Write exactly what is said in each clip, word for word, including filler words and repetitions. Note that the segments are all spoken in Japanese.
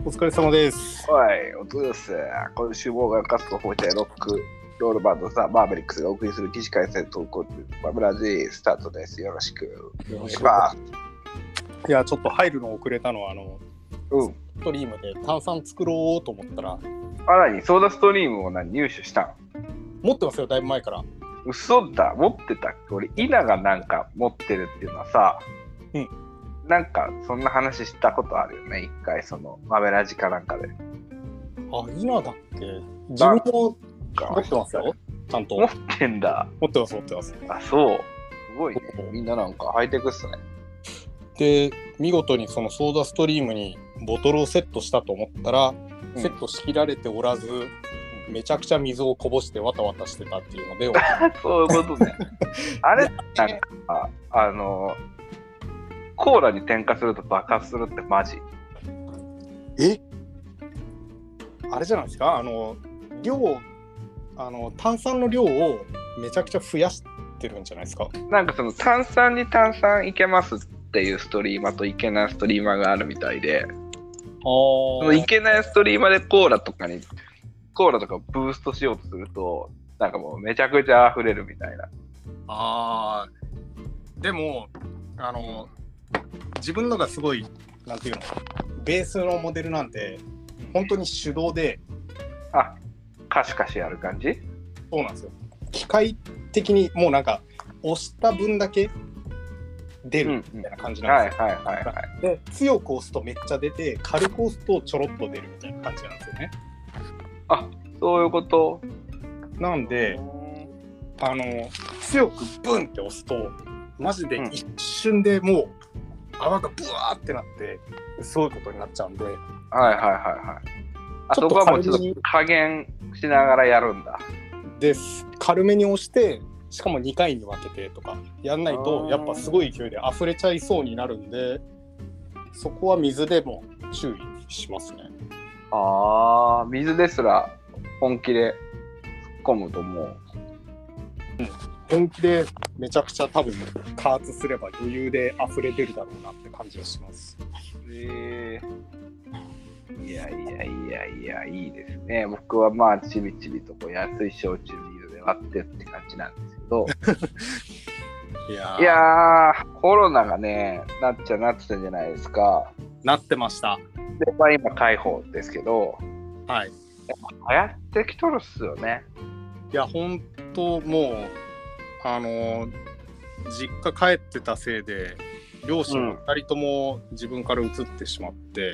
お疲れ様です。 はい、お疲れ様です。今週も音楽活動を放てロックロールバンドザ・マーベリックスがお送りする起死回生投稿マブラジースタートです。よろしくお願いします。 いや、ちょっと入るの遅れたのは、あの、 うん、 ストリームで炭酸作ろうと思ったら、 あらにソーダストリームを何入手したん？ 持ってますよ、だいぶ前から。 嘘だ、持ってたっけ？俺、イナがなんか持ってるっていうのはさ、 うん。 なんかそんな話したことあるよね、一回、そのマベラジかなんかで。 あ、イナだっけ？自分も持ってますよ、ちゃんと。 持ってんだ。 持ってます、持ってます。 あ、そう。すごいね。みんななんかハイテクっすね。 で、見事にそのソーダストリームにボトルをセットしたと思ったら、うん、セットしきられておらず、めちゃくちゃ水をこぼしてわたわたしてたっていうのでそういうことね。あれなんかあのコーラに添加すると爆発するってマジ？ えあれじゃないですか、あの量あの炭酸の量をめちゃくちゃ増やしてるんじゃないですか。 なんかその炭酸に炭酸いけますっていうストリーマーといけないストリーマーがあるみたいで、あそのいけないストリーマーでコーラとかにコーラとかをブーストしようとするとなんかもうめちゃくちゃ溢れるみたいな。 あーでもあの自分のがすごいなんていうのベースのモデルなんで本当に手動で、 あ、カシカシやる感じ？ そうなんですよ。機械的にもうなんか押した分だけ出るみたいな感じなんですよ。 はいはいはいはい。 で強く押すとめっちゃ出て軽く押すとちょろっと出るみたいな感じなんですよね。 あ、そういうこと。 なんであの強くブンって押すとマジで一瞬でもう泡がブワーってなってそういうことになっちゃうんで、はいはいはいはい。あそこはもうちょっと加減しながらやるんだ。 です。軽めに押してしかもにかいに分けてとかやんないとやっぱすごい勢いで溢れちゃいそうになるんで、そこは水でも注意しますね。 ああ、水ですら本気で突っ込むともう、 うん、本気でめちゃくちゃ多分加圧すれば余裕で溢れ出るだろうなって感じがします。 えー、いやいやいやいやいいですね。僕はまあちびちびとこう安い焼酎水で割ってって感じなんですけどいやー、 いやーコロナがねなっちゃなってたじゃないですか。 なってました。 で、まあ、今解放ですけど、 はい、 流行ってきとるっすよね。 いや本当もうあのー、実家帰ってたせいで両親もふたりとも自分から移ってしまって、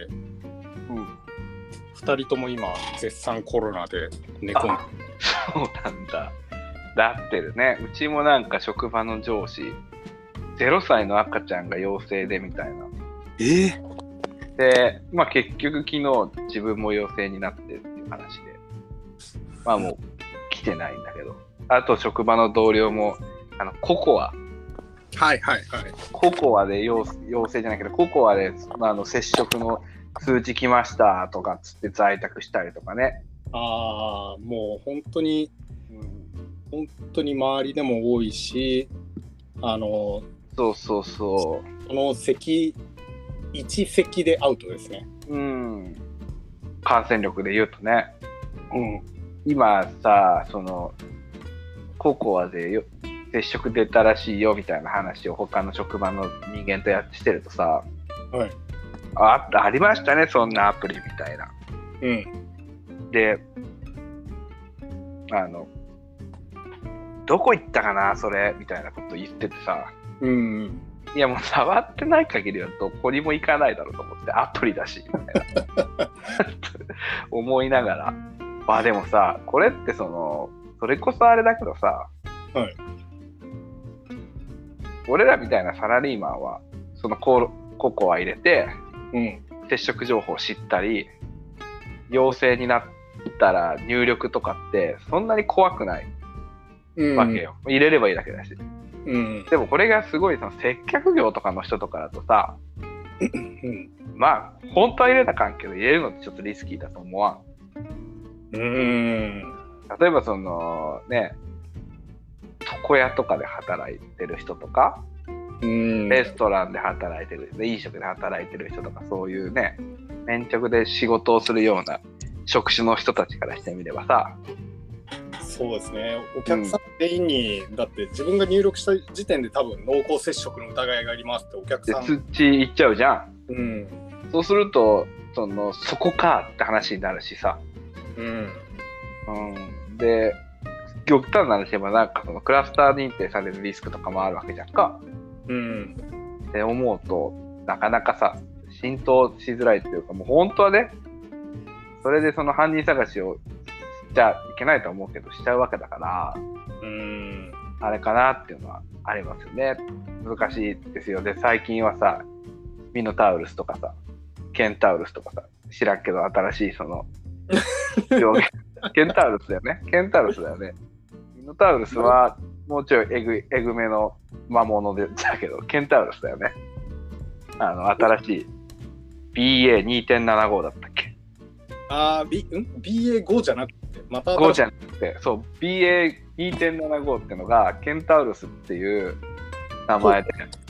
うん、ふたりとも今絶賛コロナで寝込んで。 そうなんだ。だってるね、うちもなんか職場の上司ゼロさいの赤ちゃんが陽性でみたいな。 えーで、まあ結局昨日自分も陽性になってっていう話で、まあもう来てないんだけど、あと職場の同僚もあのココア、 はいはいはい、 ココアで陽性じゃないけどココアで、まあ、あの接触の通知来ましたとかつって在宅したりとかね。 ああ、もう本当に、うん、本当に周りでも多いし、あのそうそうそう、 この咳一咳でアウトですね。 うん、感染力で言うとね、 うん、 今さそのココアでよ接触出たらしいよみたいな話を他の職場の人間とやってしてるとさ、 はい、 あ, ありましたねそんなアプリみたいな、 うん、 であのどこ行ったかなそれみたいなこと言っててさ、 うん、 いやもう触ってない限りはどこにも行かないだろうと思ってアプリだしみたいな思いながら、まあでもさこれってそのそれこそあれだけどさ、 はい、 俺らみたいなサラリーマンはそのココア入れて、 うん、 接触情報を知ったり陽性になったら入力とかってそんなに怖くないわけよ、うん、入れればいいだけだし、うん、でもこれがすごいその接客業とかの人とかだとさ、うん、まあ本当は入れたかんけど入れるのってちょっとリスキーだと思わん。うーん、例えばそのね床屋とかで働いてる人とか、うん、レストランで働いてる飲食で働いてる人とかそういうね粘着で仕事をするような職種の人たちからしてみればさ。 そうですね。お客さん全員に、うん、だって自分が入力した時点で多分濃厚接触の疑いがありますってお客さん。 で通知いっちゃうじゃん。 うん。 そうするとそのそこかって話になるしさ。 うん。 うん、で極端な話でなんかそのクラスター認定されるリスクとかもあるわけじゃんか。 うん。 って思うとなかなかさ浸透しづらいっていうか、もう本当はねそれでその犯人探しをしちゃいけないと思うけどしちゃうわけだから、 うーんあれかなっていうのはありますよね。難しいですよ。で最近はさミノタウルスとかさケンタウルスとかさ知らんけど新しいそのケンタウルスだよね。ケンタウルスだよね。ミノタウルスはもうちょいえぐいえぐめの魔物でだけどケンタウルスだよね。あの新しい ビーエーにてんななご だったっけ。 あー、B、ん ビーエーご じゃなくてまたごじゃなくてそう ビーエーにてんななご ってのがケンタウルスっていう名前で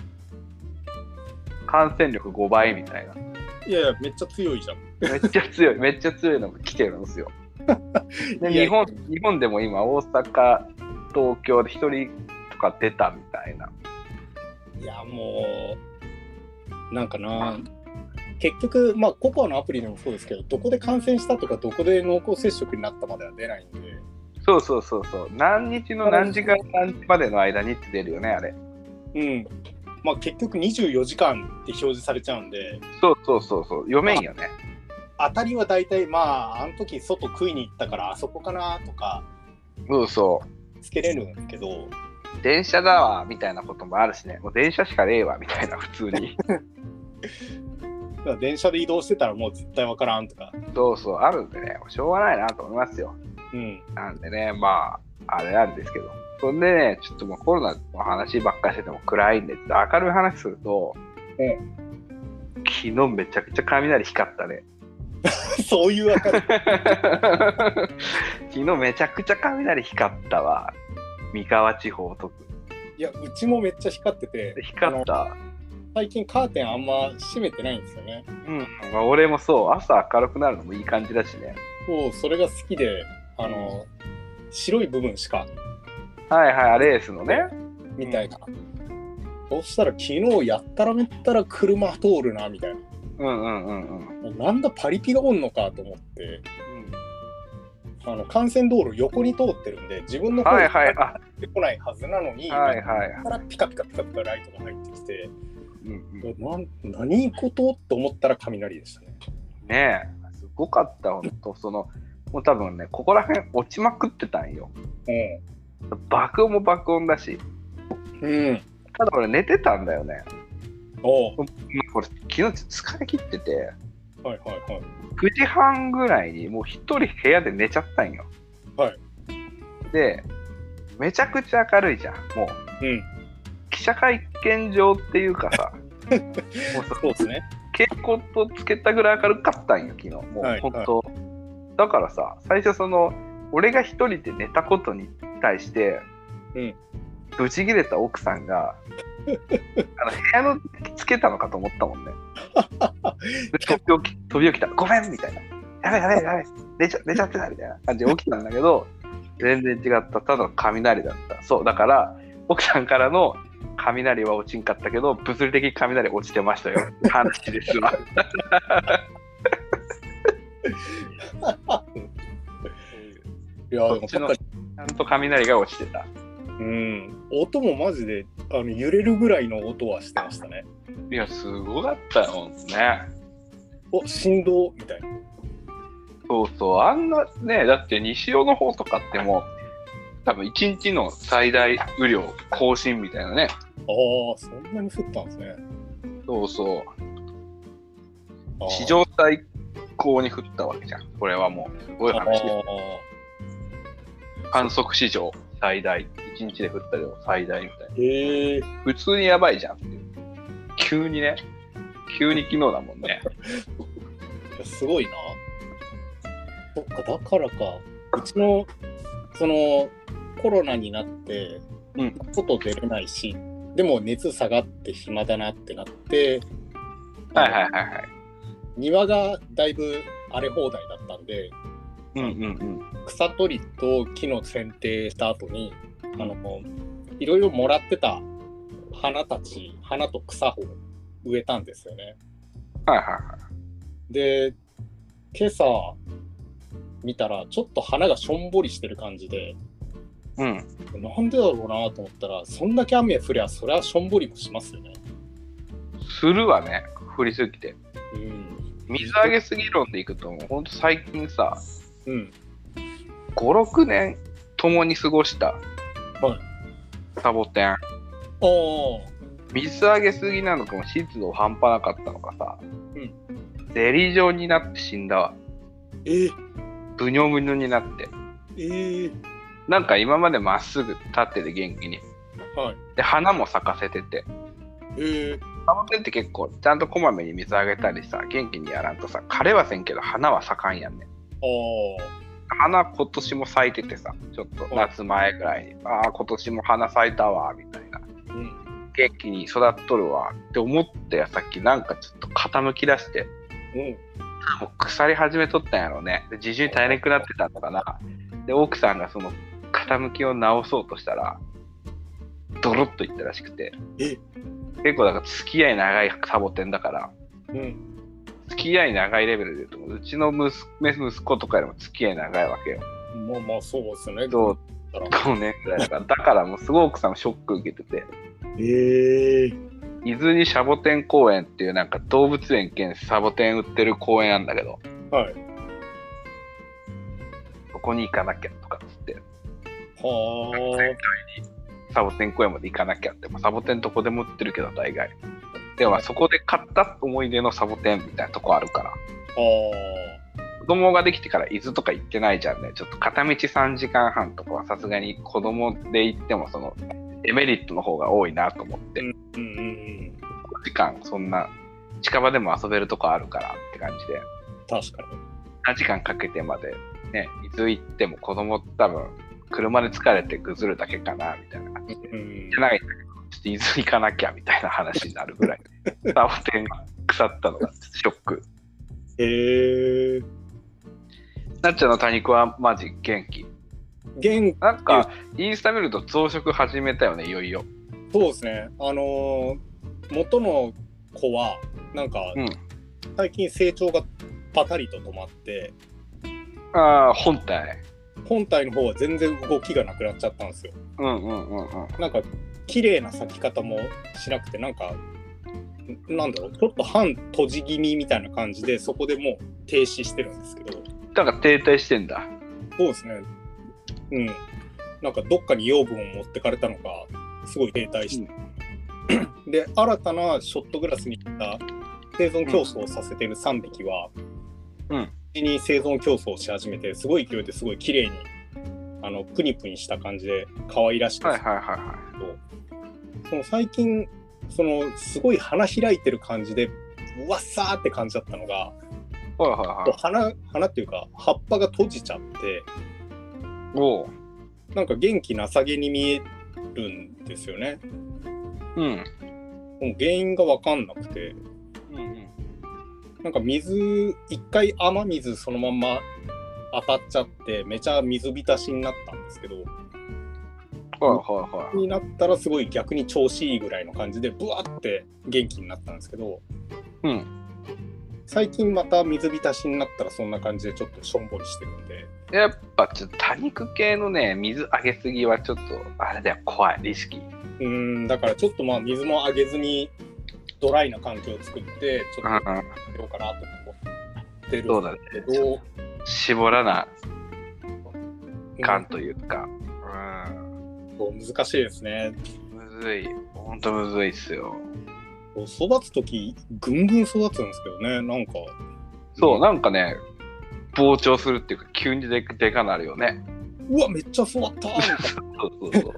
感染力ごばいみたいな。 いやいやめっちゃ強いじゃん。 めっちゃ強いめっちゃ強いのが来てるんですよ。で日本日本でも今大阪東京でひとりとか出たみたいな。 いやもうなんかな結局まあココアのアプリでもそうですけどどこで感染したとかどこで濃厚接触になったまでは出ないんで。 そうそうそうそう何日の何時間何時までの間にって出るよねあれ。 うんまあ結局にじゅうよじかんって表示されちゃうんで。 そうそうそうそう読めんよね。 当たりは大体まああの時外食いに行ったからあそこかなとかそうそうつけれるんですけど電車だわみたいなこともあるしね。もう電車しかねえわみたいな普通にだから電車で移動してたらもう絶対わからんとかそうそうあるんでねしょうがないなと思いますよ。 うんなんでねまああれなんですけどそんでねちょっともうコロナの話ばっかりしてても暗いんで明るい話すると、 うん、 昨日めちゃくちゃ雷光ったねそういう明るい昨日めちゃくちゃ雷光ったわ三河地方特に。 いやうちもめっちゃ光ってて光った。 最近カーテンあんま閉めてないんですよね。 うん、まあ、俺もそう朝明るくなるのもいい感じだしね。 そうそれが好きであの白い部分しかはいはいレースのねみたいな、うん、そうしたら昨日やったらめったら車通るなみたいな。 うんうんうんうん。 なんだパリピがおんのかと思って、うん、あの幹線道路横に通ってるんで自分の方に入ってこないはずなのに、 はいはい、 からピカピカピカピカライトが入ってきて、 うんうん、な何事って思ったら雷でしたね。 ねえすごかった本当そのもう多分ねここら辺落ちまくってたんよ。うん、爆音も爆音だし、うん、ただ俺寝てたんだよね。おこれ昨日疲れ切ってて、はいはいはい、くじはんぐらいにもう一人部屋で寝ちゃったんよ。はい、でめちゃくちゃ明るいじゃんもう、うん、記者会見場っていうかさもうそうですね蛍光灯つけたぐらい明るかったんよ昨日もう、はい、本当、はい、だからさ最初その俺が一人で寝たことに対して、うん、ブチ切れた奥さんがあの部屋のつけたのかと思ったもんね。飛び起き飛び起きたごめんみたいなやべやべやべ寝ちゃ寝ちゃってたみたいな感じで起きたんだけど全然違ったただの雷だった。そうだから奥さんからの雷は落ちんかったけど物理的雷落ちてましたよって話ですわ。いやでもちゃんと雷が落ちてた。 うん、音もマジであの揺れるぐらいの音はしてましたね。 いやすごかったよね。 お振動みたいな。 そうそうあんなねだって西尾の方とかってもう多分いちにちの最大雨量更新みたいなね。 ああそんなに降ったんですね。 そうそう史上最高に降ったわけじゃん。これはもうすごい話です。観測史上最大いちにちで降った量最大みたいな。へー普通にやばいじゃんっていう。急にね急に昨日だもんね。 すごいな。そっかだからかうちのそのコロナになって、うん、外出れないしでも熱下がって暇だなってなってはいはいはいはい庭がだいぶ荒れ放題だったんで、 うんうんうん、 草取りと木の剪定した後にあのいろいろもらってた花たち花と草を植えたんですよね。 はいはいはい。 で今朝見たらちょっと花がしょんぼりしてる感じで、 うん、 なんでだろうなと思ったら、そんだけ雨降りゃそりゃしょんぼりもしますよね。 するわね、降りすぎて。 うん、 水あげすぎ論でいくと、ほんと最近さ、 うん、 ご、ろくねん共に過ごした、 はい、 サボテン。水あげすぎなのかも湿度半端なかったのかさ、うん、ゼリー状になって死んだわ。 えー、 ブニョブニョになって。 えー、 なんか今までまっすぐ立ってて元気に。 はい、で花も咲かせてて。 えー、 サボテンって結構ちゃんとこまめに水あげたりさ、元気にやらんとさ、枯れはせんけど花は咲かんやんね。花今年も咲いててさ、ちょっと夏前ぐらいに、ああ今年も花咲いたわみたいな、うん、元気に育っとるわって思ったやさっきなんかちょっと傾き出して、うん、もう腐り始めとったんやろうね。で自重に耐えなくなってたのかな。で奥さんがその傾きを直そうとしたらドロッといったらしくて、 え結構だから付き合い長いサボテンだから、 うん、 付き合い長いレベルで言うとうちの娘息子とかよりも付き合い長いわけよ。 まあまあそうですね。 そうごねんぐらいだからだからもうすごい奥さんショック受けてて、 えー、 伊豆にシャボテン公園っていうなんか動物園兼サボテン売ってる公園なんだけど、 はい、 そこに行かなきゃとかっつって、 はあ、サボテン公園まで行かなきゃって、サボテンどこでも売ってるけど大概ではそこで買った思い出のサボテンみたいなとこあるから、あ子供ができてから伊豆とか行ってないじゃんね。ちょっと片道さんじかんはんとかはさすがに子供で行ってもそのデメリットの方が多いなと思って、うんうんうん、時間そんな近場でも遊べるとこあるからって感じで、 確かに何時間かけてまでね伊豆行っても子供多分車で疲れてぐずるだけかなみたいな感じで、うん、じゃないんだけどちょっと伊豆行かなきゃみたいな話になるぐらいサボテンが腐ったのがショック。 へえー。 なっちゃんの多肉はマジ元気。 元気。 なんかインスタ見ると増殖始めたよね、いよいよ。 そうですね。あのー、元の子はなんか、うん、最近成長がパタリと止まって、 ああ本体本体の方は全然動きがなくなっちゃったんですよ。 うんうんうんうん。 なんか綺麗な咲き方もしなくて、なんかなんだろう、ちょっと半閉じ気味みたいな感じで、そこでもう停止してるんですけど。 だから停滞してんだ。 そうですね。うん。なんかどっかに養分を持ってかれたのか、すごい停滞して、うん、で新たなショットグラスに行った生存競争をさせているさんびきは、うん、に生存競争をし始めて、すごい勢いですごい綺麗にあのプニプニした感じで可愛らしくて、 はいはいはいはい、 その最近そのすごい花開いてる感じでうわっさーって感じだったのが、 はいはいはい、 花花っていうか葉っぱが閉じちゃって、 おなんか元気なさげに見えるんですよね。 うん。 もう原因が分かんなくて、 うんうん、 なんか水一回雨水そのまんま当たっちゃってめちゃ水浸しになったんですけど、はいはいはい、 になったらすごい逆に調子いいぐらいの感じでブワーって元気になったんですけど、 うん、 最近また水浸しになったらそんな感じでちょっとしょんぼりしてるんで、 やっぱちょっと多肉系のね水あげすぎはちょっとあれだよ、怖い、リスキー。 うーん、だからちょっとまあ水もあげずにドライな環境を作ってちょっとやろうかなと思ってるんだけど、 そうだね、絞らなかんというか、 うん、難しいですね。 むずい、ほんとむずいっすよ。 育つときぐんぐん育つんですけどね、なんかそう、なんかね膨張するっていうか急にででかなるよね。 うわめっちゃ育ったーみたいなそうそうそう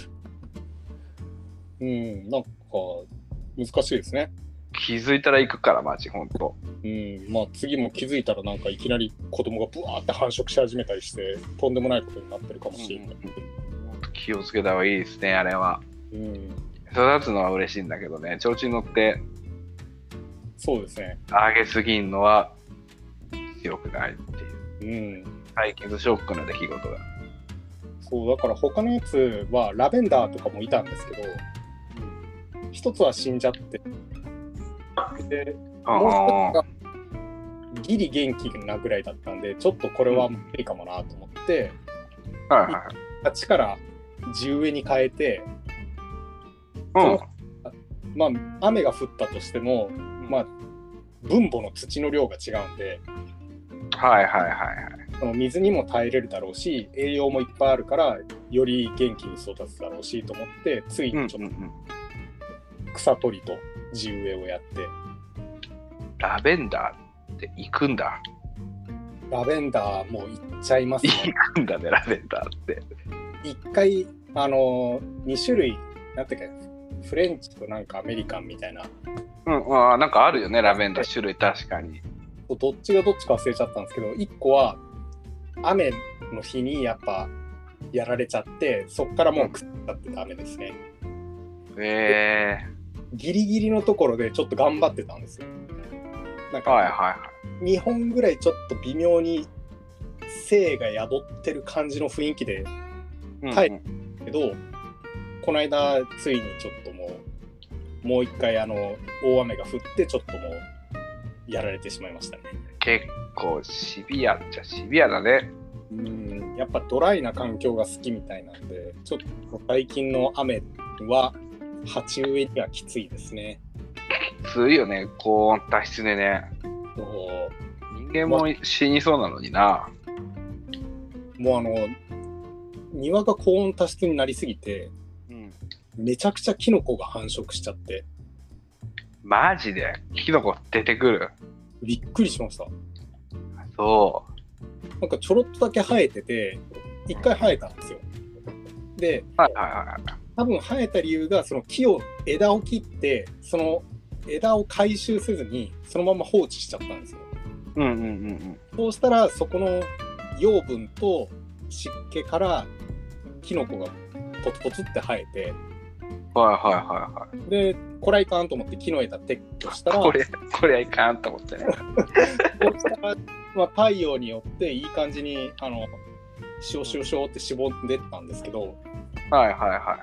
うん、なんか難しいですね。 気づいたら行くからマジほんと。 うん、まあ次も気づいたらなんかいきなり子供がブワーって繁殖し始めたりしてとんでもないことになってるかもしれない。うんうん、 気をつけた方がいいですね、あれは。 うん、 育つのは嬉しいんだけどね、調子に乗ってそうですね。 上げすぎんのは強くないっていう。うん。最近のショックな出来事が。 そうだから他のやつはラベンダーとかもいたんですけど、一つは死んじゃって、でもう一つがギリ元気なぐらいだったんで、ちょっとこれは無理かもなと思って、 うん、はいはい。 はちから地植えに変えて、 うん、 まあ雨が降ったとしても、まあ分母の土の量が違うんで、 はいはいはいはい。 その水にも耐えれるだろうし、栄養もいっぱいあるからより元気に育つだろうしと思って、ついにちょっと草取りと地植えをやって。 ラベンダーって行くんだ。 ラベンダーもう行っちゃいますね。 行くんだね、ラベンダーって。 一回あのに種類なんていうか、フレンチとなんかアメリカンみたいな。 うん、あ、なんかあるよね、ラベンダー種類確かに。 どっちがどっちか忘れちゃったんですけど、いっこは雨の日にやっぱやられちゃって、そっからもう食ったってダメですね。 へえー。ギリギリのところでちょっと頑張ってたんですよ。なんか、はいはいはい、にほんぐらいちょっと微妙に精が宿ってる感じの雰囲気で耐えたけど、うんうん、この間ついにちょっともうもう一回あの大雨が降ってちょっともうやられてしまいましたね。 結構シビアっちゃシビアだね。 うん、やっぱドライな環境が好きみたいなんで、ちょっと最近の雨は鉢植えにはきついですね。 きついよね、高温多湿でね。そう人間も死にそうなのにな。 もうあの庭が高温多湿になりすぎて、うん、めちゃくちゃキノコが繁殖しちゃって。 マジでキノコ出てくる？ びっくりしました。 そう。 なんかちょろっとだけ生えてて、一回生えたんですよ。で、 はいはいはい、 多分生えた理由がその木を枝を切ってその枝を回収せずにそのまま放置しちゃったんですよ。 うんうんうんうん。 そうしたらそこの養分と湿気からキノコがポツポツって生えて。 はいはいはいはい。 で、これはいかんと思って木の枝撤去したら、 これ、これはいかんと思ってね。 そうしたら、まあ、太陽によっていい感じに、あの、シュシュシュってしぼんでったんですけど、 はいはいはい。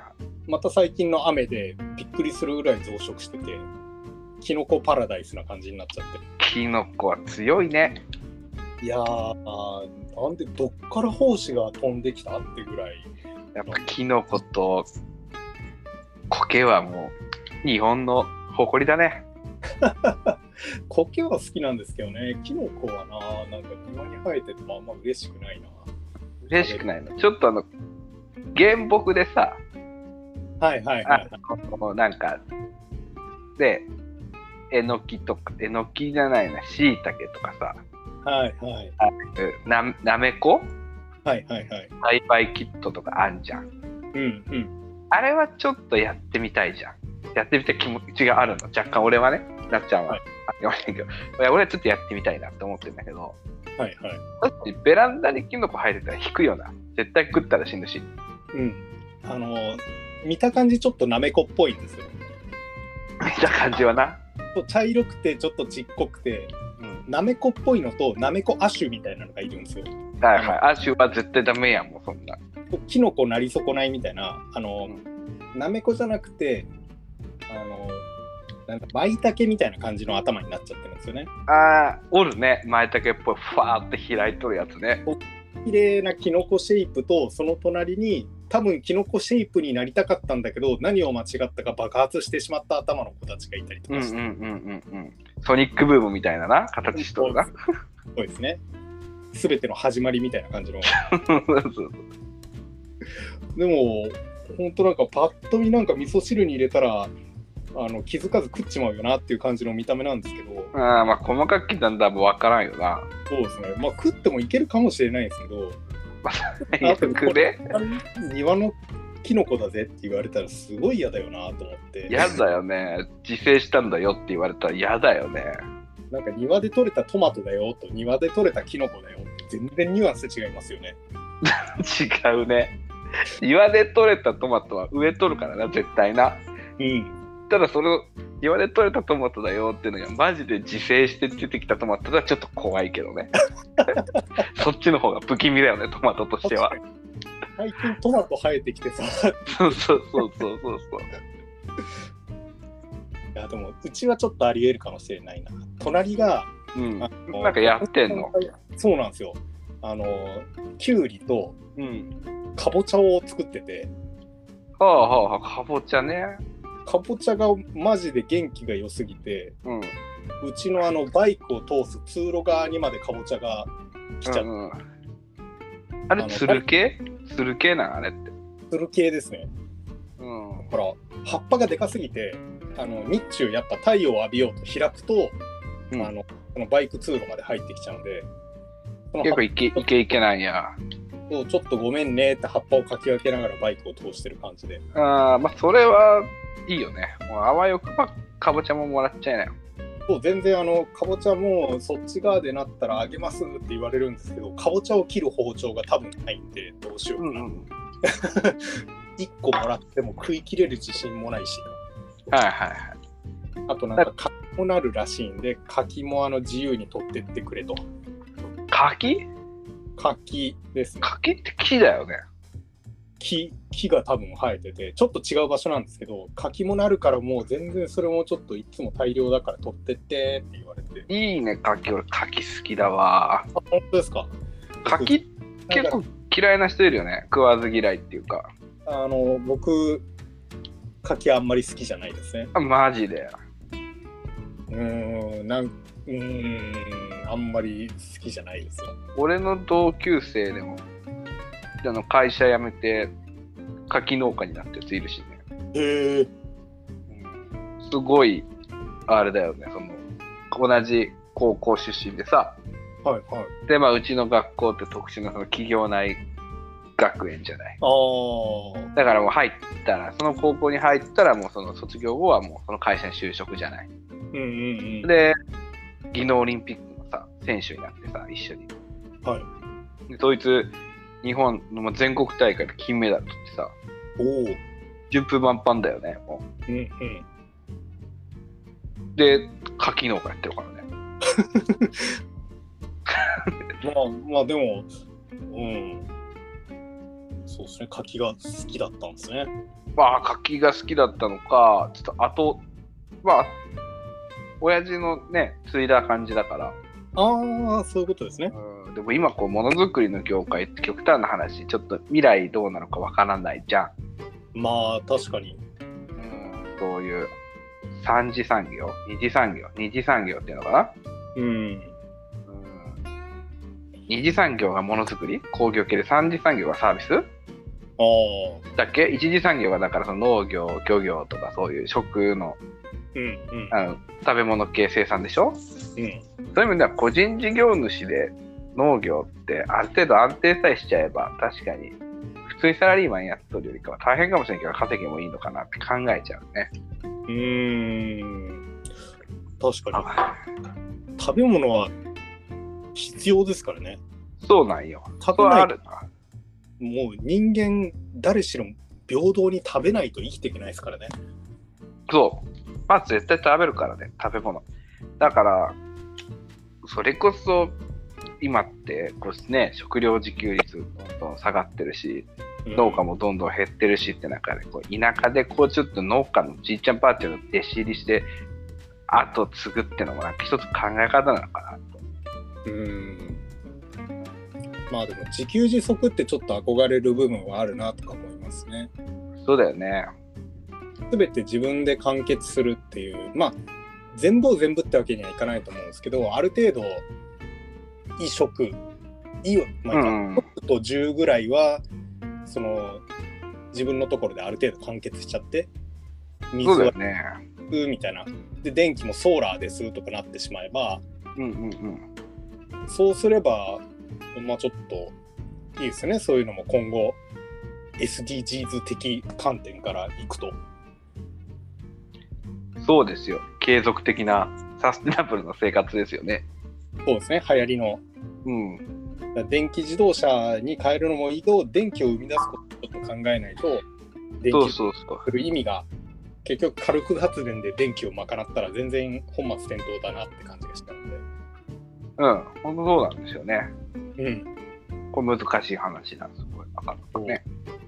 また最近の雨でびっくりするぐらい増殖してて、キノコパラダイスな感じになっちゃって。 キノコは強いね。 いやー、なんでどっから胞子が飛んできたってぐらい。 やっぱキノコと苔はもう日本の誇りだね。 苔は好きなんですけどね、キノコはな、なんか庭に生えててもあんま嬉しくないな。 嬉しくないの。ちょっとあの原木でさ、 はいはいはい、はい、 あなんかでえのきとかえのきじゃないな、しいたけとかさ、 はいはい、 な, なめこ、 はいはいはい、 栽培キットとかあんじゃん。 うんうん。あれはちょっとやってみたいじゃん。やってみたい気持ちがあるの。若干俺はね、なっちゃんは、はい、ありませんけど、いや俺はちょっとやってみたいなって思ってるんだけど、 はいはい。 だってベランダにキノコ生えてたら引くよな。絶対食ったら死ぬし。 うん。あの見た感じちょっとなめこっぽいんですよ。 見た感じはな。 茶色くてちょっとちっこくて、うん、なめこっぽいのとなめこアシュみたいなのがいるんですよ。 はいはい。アシュは絶対ダメやん、もうそんな。 キノコなり損ないみたいな、あの、うん、なめこじゃなくて、あの、なんか舞茸みたいな感じの頭になっちゃってるんですよね。 ああ、おるね。舞茸っぽい、ファーって開いとるやつね。 綺麗なキノコシェイプと、その隣に、多分キノコシェイプになりたかったんだけど、何を間違ったか爆発してしまった頭の子たちがいたりとかして。うんうんうんうん。 ソニックブームみたいなな、形しとるな。 そうですね。すべての始まりみたいな感じの。でも本当なんかパッと見なんか味噌汁に入れたらあの気づかず食っちまうよなっていう感じの見た目なんですけど。 ああ、まあ細かく刻んだらもう分からんよな。 そうですね。まあ食ってもいけるかもしれないですけど。 あとこれ庭のキノコだぜって言われたらすごい嫌だよなと思って。 嫌だよね。自生したんだよって言われたら嫌だよね。 なんか庭で採れたトマトだよと庭で採れたキノコだよって全然ニュアンス違いますよね。 違うね。庭で採れたトマトは上取るからな、絶対な。 うん。 ただその言われとれたトマトだよっていうのがマジで自生して出てきたトマトはちょっと怖いけどね。そっちの方が不気味だよね、トマトとしては。 最近トマト生えてきてさ。 そうそうそうそうそうそう。 いやでもうちはちょっとありえるかもしれないな。隣が、 うん、なんかやってんの？ そうなんですよ。あのキュウリとかぼちゃを作ってて。 はあはあ、かぼちゃね。 かぼちゃがマジで元気が良すぎて、うん、うちのあのバイクを通す通路側にまでかぼちゃが来ちゃって、うんうん、 あれつる系？つる系なんあれって。 つる系ですね。 うん。 ほら葉っぱがでかすぎて、あの日中やっぱ太陽を浴びようと開くと、うん、あのこのバイク通路まで入ってきちゃうんで。 結構いけいけいけないや。 そうちょっとごめんねって葉っぱをかき分けながらバイクを通してる感じで。 ああ、まあそれはいいよね。もうあわよくばかぼちゃももらっちゃいなよ。 そう全然あのかぼちゃもそっち側でなったらあげますって言われるんですけど、かぼちゃを切る包丁が多分ないんでどうしようかな。うんうん、いっこもらっても食い切れる自信もないし。 はいはいはい。 あとなんか柿もなるらしいんで、柿もあの自由に取ってってくれと。 柿？ 柿ですね。 柿って木だよね。 木、木が多分生えてて、ちょっと違う場所なんですけど、柿もなるからもう全然それもちょっといつも大量だから取ってってって言われて。 いいね、柿。俺柿好きだわ。 あ、本当ですか？ 柿結構嫌いな人いるよね。食わず嫌いっていうか。 あの、僕、柿あんまり好きじゃないですね。 あ、マジで。 うーん、なんうーん、あんまり好きじゃないですよ。 俺の同級生でも、あの会社辞めて柿農家になったやついるしね。 へえ、 うん。すごいあれだよね。その同じ高校出身でさ。 はいはい。 でまあうちの学校って特殊なその企業内学園じゃない。 ああ。 だからもう入ったらその高校に入ったらもうその卒業後はもうその会社に就職じゃない。 うんうんうん。 で技能オリンピックのさ選手になってさ一緒に。 はい。 でそいつ日本の全国大会で金メダル取ってさ。 おお。 順風満帆だよね。もう。 うんうん。 で柿農家やってるからね。 まあまあでも、うん。そうですね。柿が好きだったんですね。 まあ柿が好きだったのか、ちょっとあとまあ親父のね継いだ感じだから。 ああ、そういうことですね。 うん、でも今こうものづくりの業界って極端な話、ちょっと未来どうなのかわからないじゃん。 まあ確かに。 うん、そういう三次産業、二次産業、二次産業っていうのかな。 うん。うん、 二次産業がものづくり、工業系で三次産業がサービス。ああ。 だっけ？一次産業がだからその農業、漁業とかそういう食の、 うんうん、 あの食べ物系生産でしょ。 うん。 そういう意味では個人事業主で農業ってある程度安定さえしちゃえば確かに普通にサラリーマンやっとるよりかは大変かもしれないけど稼ぎもいいのかなって考えちゃうね。 うーん、確かに食べ物は必要ですからね。 そうなんよ。 食べないともう人間誰しろ平等に食べないと生きていけないですからね。 そうまあ絶対食べるからね食べ物だからそれこそ今ってこう、ね、食料自給率どんどん下がってるし、うん、農家もどんどん減ってるしって中でこう田舎でこうちょっと農家のじいちゃんパーティーの弟子入りして後継ぐってのもなんか一つ考え方なのかなと。 うーんまあでも自給自足ってちょっと憧れる部分はあるなとか思いますね。 そうだよね。 全て自分で完結するっていうまあ全部を全部ってわけにはいかないと思うんですけど、ある程度衣食いい、まあ、うん、ろくとじゅうぐらいはその自分のところである程度完結しちゃって水はみたいなで電気もソーラーですとかなってしまえば、 うんうんうん、 そうすればまあちょっといいですよね。そういうのも今後 エスディージーズ 的観点からいくとそうですよ。継続的なサステナブルな生活ですよね。 そうですね。流行りの、うん、電気自動車に変えるのもいいけど電気を生み出すことをちょっと考えないと電気を作る意味が結局火力発電で電気を賄ったら全然本末転倒だなって感じがしたので。 うん、本当そうなんですよね。 うん。 これ難しい話なんです。これなかなかね。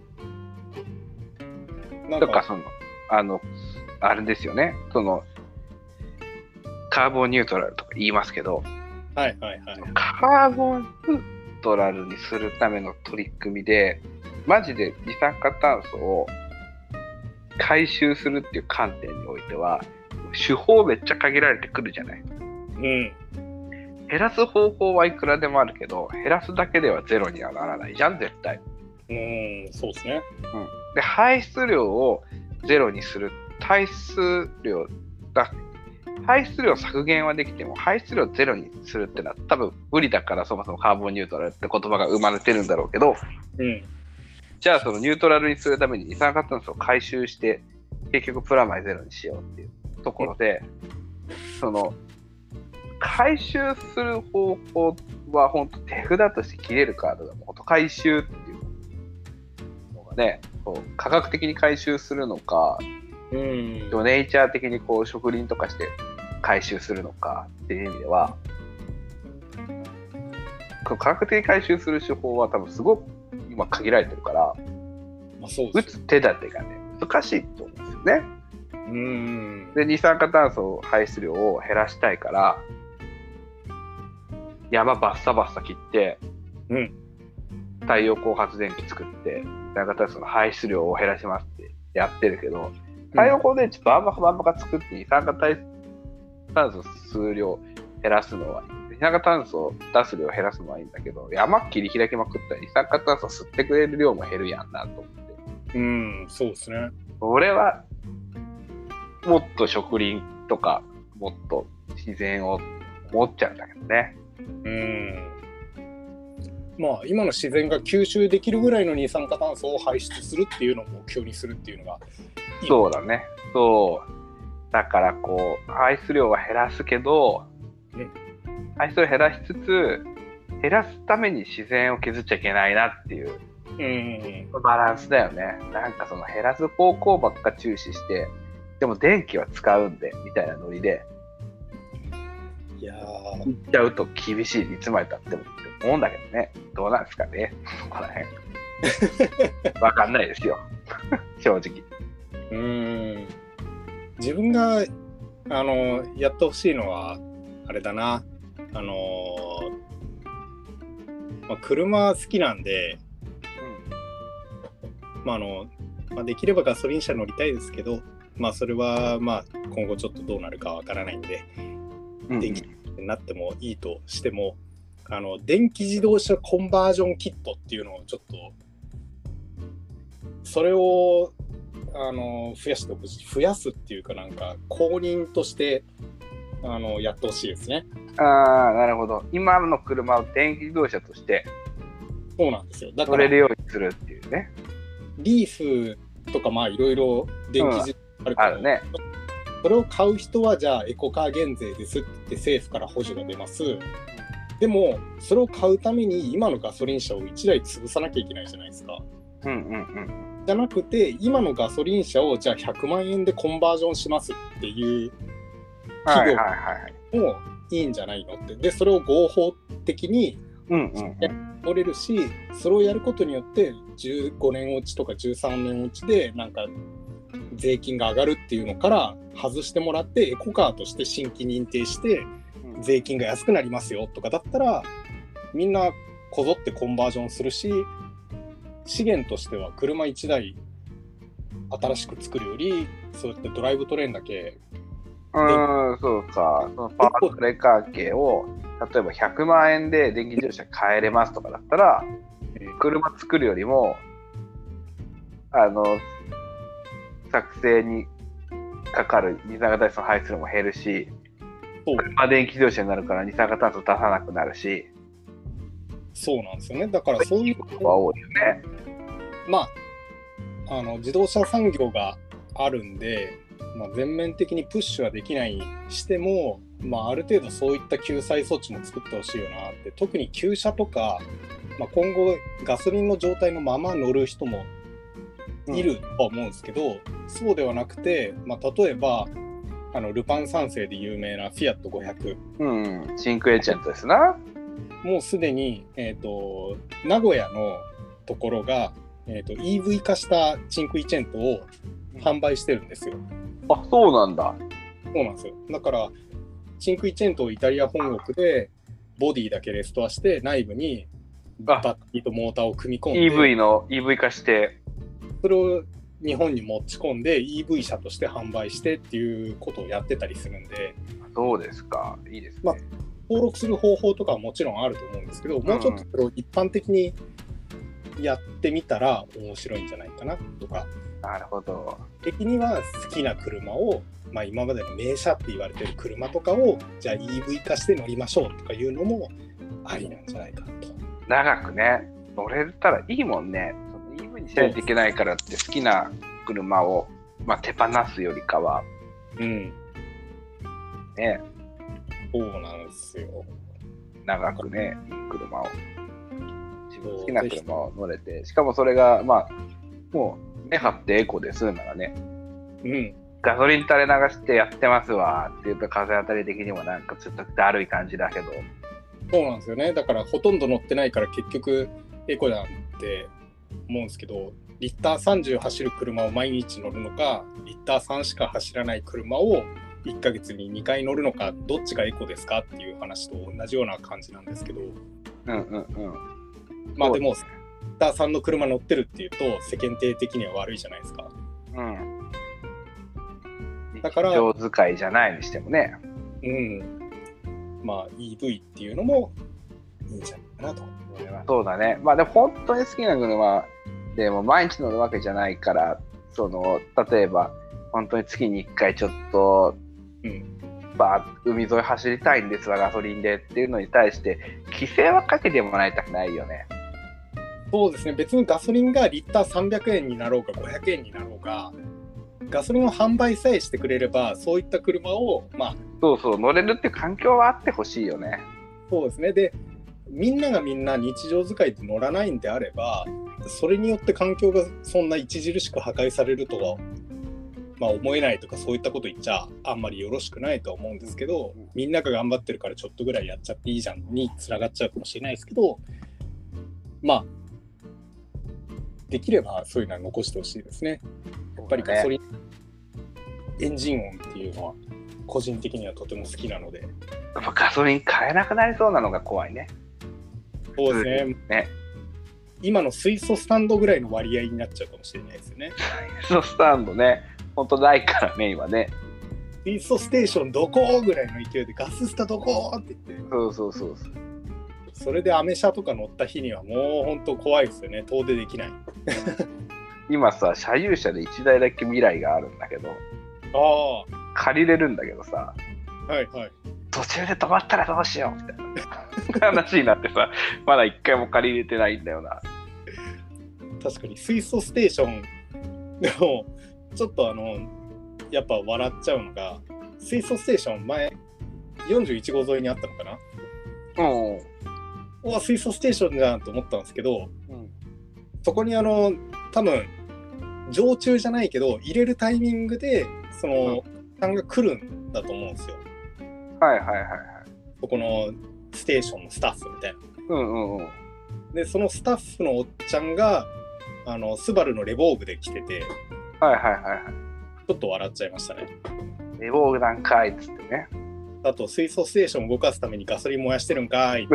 なんとかそのあのあれですよね。そのカーボンニュートラルとか言いますけど、 はいはいはい。 カーボンニュートラルにするための取り組みで、マジで二酸化炭素を回収するっていう観点においては、手法めっちゃ限られてくるじゃない。 うん。 減らす方法はいくらでもあるけど、減らすだけではゼロにはならないじゃん、絶対。 うん、そうですね。 うん。で、排出量をゼロにする、排出量だ、排出量削減はできても、排出量ゼロにするってのは多分無理だから、そもそもカーボンニュートラルって言葉が生まれてるんだろうけど、 うん。 じゃあそのニュートラルにするために二酸化炭素を回収して、結局プラマイゼロにしようっていうところで、その、回収する方法は本当手札として切れるカードが本当回収っていうのがね、こう科学的に回収するのか、 うん、 ネイチャー的にこう植林とかして回収するのかっていう意味では、この科学的に回収する手法は多分すごく今限られてるから、 まあ、そう打つ手立てがね難しいと思うんですよね。 うん。 で二酸化炭素排出量を減らしたいから。山バッサバッサ切って、 うん、 太陽光発電機作って二酸化炭素の排出量を減らしますってやってるけど、太陽光電池バンバカバンバカ作って二酸化炭素数量減らすのは二酸化炭素出す量減らすのはいいんだけど、山切り開きまくったら二酸化炭素吸ってくれる量も減るやんなと思って。 うん、そうですね。 俺はもっと植林とかもっと自然を持っちゃうんだけどね。 うん。まあ今の自然が吸収できるぐらいの二酸化炭素を排出するっていうのを目標にするっていうのがいい。 そうだね。そうだからこう排出量は減らすけど、うん、排出量を減らしつつ減らすために自然を削っちゃいけないなっていう、うん、バランスだよね。なんかその減らす方向ばっか注視してでも電気は使うんでみたいなノリでいやー言っちゃうと厳しい、いつまでたってもって思うんだけどね。どうなんですかね、そこら辺。わかんないですよ、正直。 うーん。自分があのやってほしいのはあれだな。あのまあ、車好きなんで、うん、まああの、まあ、できればガソリン車乗りたいですけど、まあそれはまあ今後ちょっとどうなるかわからないんで。電気になってもいいとしても、あの電気自動車コンバージョンキットっていうのをちょっとそれをあの増やしてほしい。増やすっていうかなんか公認としてあのやってほしいですね。 ああ、なるほど。今の車を電気自動車としてそうなんですよ。だから乗れるようにするっていうね。 リーフとかまあいろいろ電気自動車あるから、うん、あるね。それを買う人はじゃあエコカー減税ですって政府から補助が出ます。でもそれを買うために今のガソリン車をいちだい潰さなきゃいけないじゃないですか。 うんうんうん、 じゃなくて今のガソリン車をじゃあひゃくまんえんでコンバージョンしますっていう企業もいいんじゃないのって。でそれを合法的にやれるし、それをやることによってじゅうごねん落ちとかじゅうさんねん落ちでなんか税金が上がるっていうのから外してもらってエコカーとして新規認定して税金が安くなりますよとかだったらみんなこぞってコンバージョンするし、資源としては車いちだい新しく作るよりそうやってドライブトレーンだけうーんそうか、そのパワートレーカー系を例えばひゃくまんえんで電気自動車買えれますとかだったら、えー、車作るよりもあの作成にかかる二酸化炭素の排出量も減るし、車電気自動車になるから二酸化炭素出さなくなるし。 そうなんですよね。だからそういうことが多いよね。 まあ、あの自動車産業があるんで、まあ、全面的にプッシュはできないにしても、まあ、ある程度そういった救済措置も作ってほしいよなって。特に旧車とか、まあ、今後ガソリンの状態のまま乗る人もいるとは思うんですけど、うん、そうではなくて、まあ、例えばあのルパン三世で有名なフィアットごひゃく、 うん、シンクエチェントですな。 もうすでに、えーと、名古屋のところが、えーと、イーブイ 化したチンクイチェントを販売してるんですよ。 あ、そうなんだ。 そうなんですよ。だからチンクイチェントをイタリア本国でボディだけレストアして内部にバッテリーとモーターを組み込んでイーブイ の イーブイ 化してそれを日本に持ち込んで イーブイ 車として販売してっていうことをやってたりするんで。 そうですか。いいですね。 まあ、登録する方法とかはもちろんあると思うんですけど、もうちょっとそれを一般的にやってみたら面白いんじゃないかなとか。 なるほど。 的には好きな車を、まあ、今までの名車って言われてる車とかをじゃあ イーブイ 化して乗りましょうとかいうのもありなんじゃないかなと。 長くね乗れたらいいもんね。その イーブイ にしないといけないからって好きな車を、まあ、手放すよりかは、 うん、 ね。 そうなんですよ。 長くねいい車を自分好きな車を乗れて、しかもそれがまあもう目張ってエコで済むならね、 うん、 ガソリン垂れ流してやってますわって言うと風当たり的にもなんかちょっとだるい感じだけど。 そうなんですよね。だからほとんど乗ってないから結局エコなんて思うんですけど、リッターさんじゅう走る車を毎日乗るのか、リッターさんしか走らない車をいっかげつににかい乗るのか、どっちがエコですかっていう話と同じような感じなんですけど、 うんうんうん。 まあでもリッターさんの車乗ってるっていうと世間体的には悪いじゃないですか。 うん。 だから日常使いじゃないにしてもね。 うん。まあ イーブイ っていうのもいいんじゃないかなと思います。 そうだね。まあでも本当に好きな車でも毎日乗るわけじゃないから、その例えば本当に月にいっかいちょっと、うん、バー海沿い走りたいんですわガソリンでっていうのに対して規制はかけてもらいたくないよね。 そうですね。別にガソリンがリッターさんびゃくえんになろうかごひゃくえんになろうか、ガソリンを販売さえしてくれればそういった車をまあそうそう乗れるっていう環境はあってほしいよね。 そうですね。でみんながみんな日常使いで乗らないんであれば、それによって環境がそんな著しく破壊されるとは、まあ、思えないとかそういったこと言っちゃあんまりよろしくないとは思うんですけど、みんなが頑張ってるからちょっとぐらいやっちゃっていいじゃんにつながっちゃうかもしれないですけど、まあできればそういうのは残してほしいですね。やっぱりガソリン、ね、エンジン音っていうのは個人的にはとても好きなので。 やっぱガソリン買えなくなりそうなのが怖いね。 そうですね。ね、今の水素スタンドぐらいの割合になっちゃうかもしれないですよね。 水素スタンドね、ほんとないからね今ね。 水素ステーションどこぐらいの勢いでガススタどこって言って。 そうそうそうそう。 それでアメ車とか乗った日にはもうほんと怖いですよね。遠出できない。 今さ車有車でいちだいだけ未来があるんだけど、 あ借りれるんだけどさ、 はいはい、 途中で止まったらどうしようみたいな話になってさ、まだ一回も借りれてないんだよな。 確かに水素ステーションでもちょっとあのやっぱ笑っちゃうのが、水素ステーション前よんじゅういち号沿いにあったのかな。うん。うわ水素ステーションじゃんと思ったんですけど、うん、そこにあの多分常駐じゃないけど入れるタイミングでそのさんが来るんだと思うんですよ。 はいはいはいはい。 そこのステーションのスタッフみたいな。 うんうんうん。 でそのスタッフのおっちゃんがあのスバルのレボーグで来てて、 はいはいはいはい。 ちょっと笑っちゃいましたね。 レボーグなんかいっつってね。 あと水素ステーションを動かすためにガソリン燃やしてるんかい。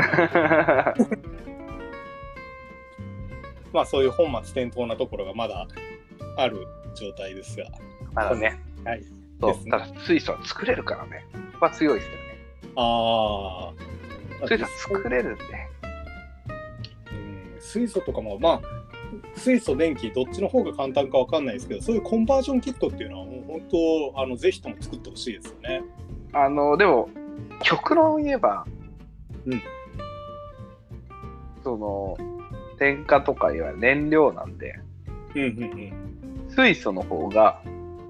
まあそういう本末転倒なところがまだある状態ですが。 まだね。はい。そう。ただ水素は作れるからね。まあ強いですよね。 ああ。水素作れるんで。 うん。水素とかもまあ水素電気どっちの方が簡単かわかんないですけど、そういうコンバージョンキットっていうのはもう本当あのぜひとも作ってほしいですよね。 あのでも極論言えば、 うん、 その点火とかいわゆる燃料なんで、 うんうんうん、 水素の方が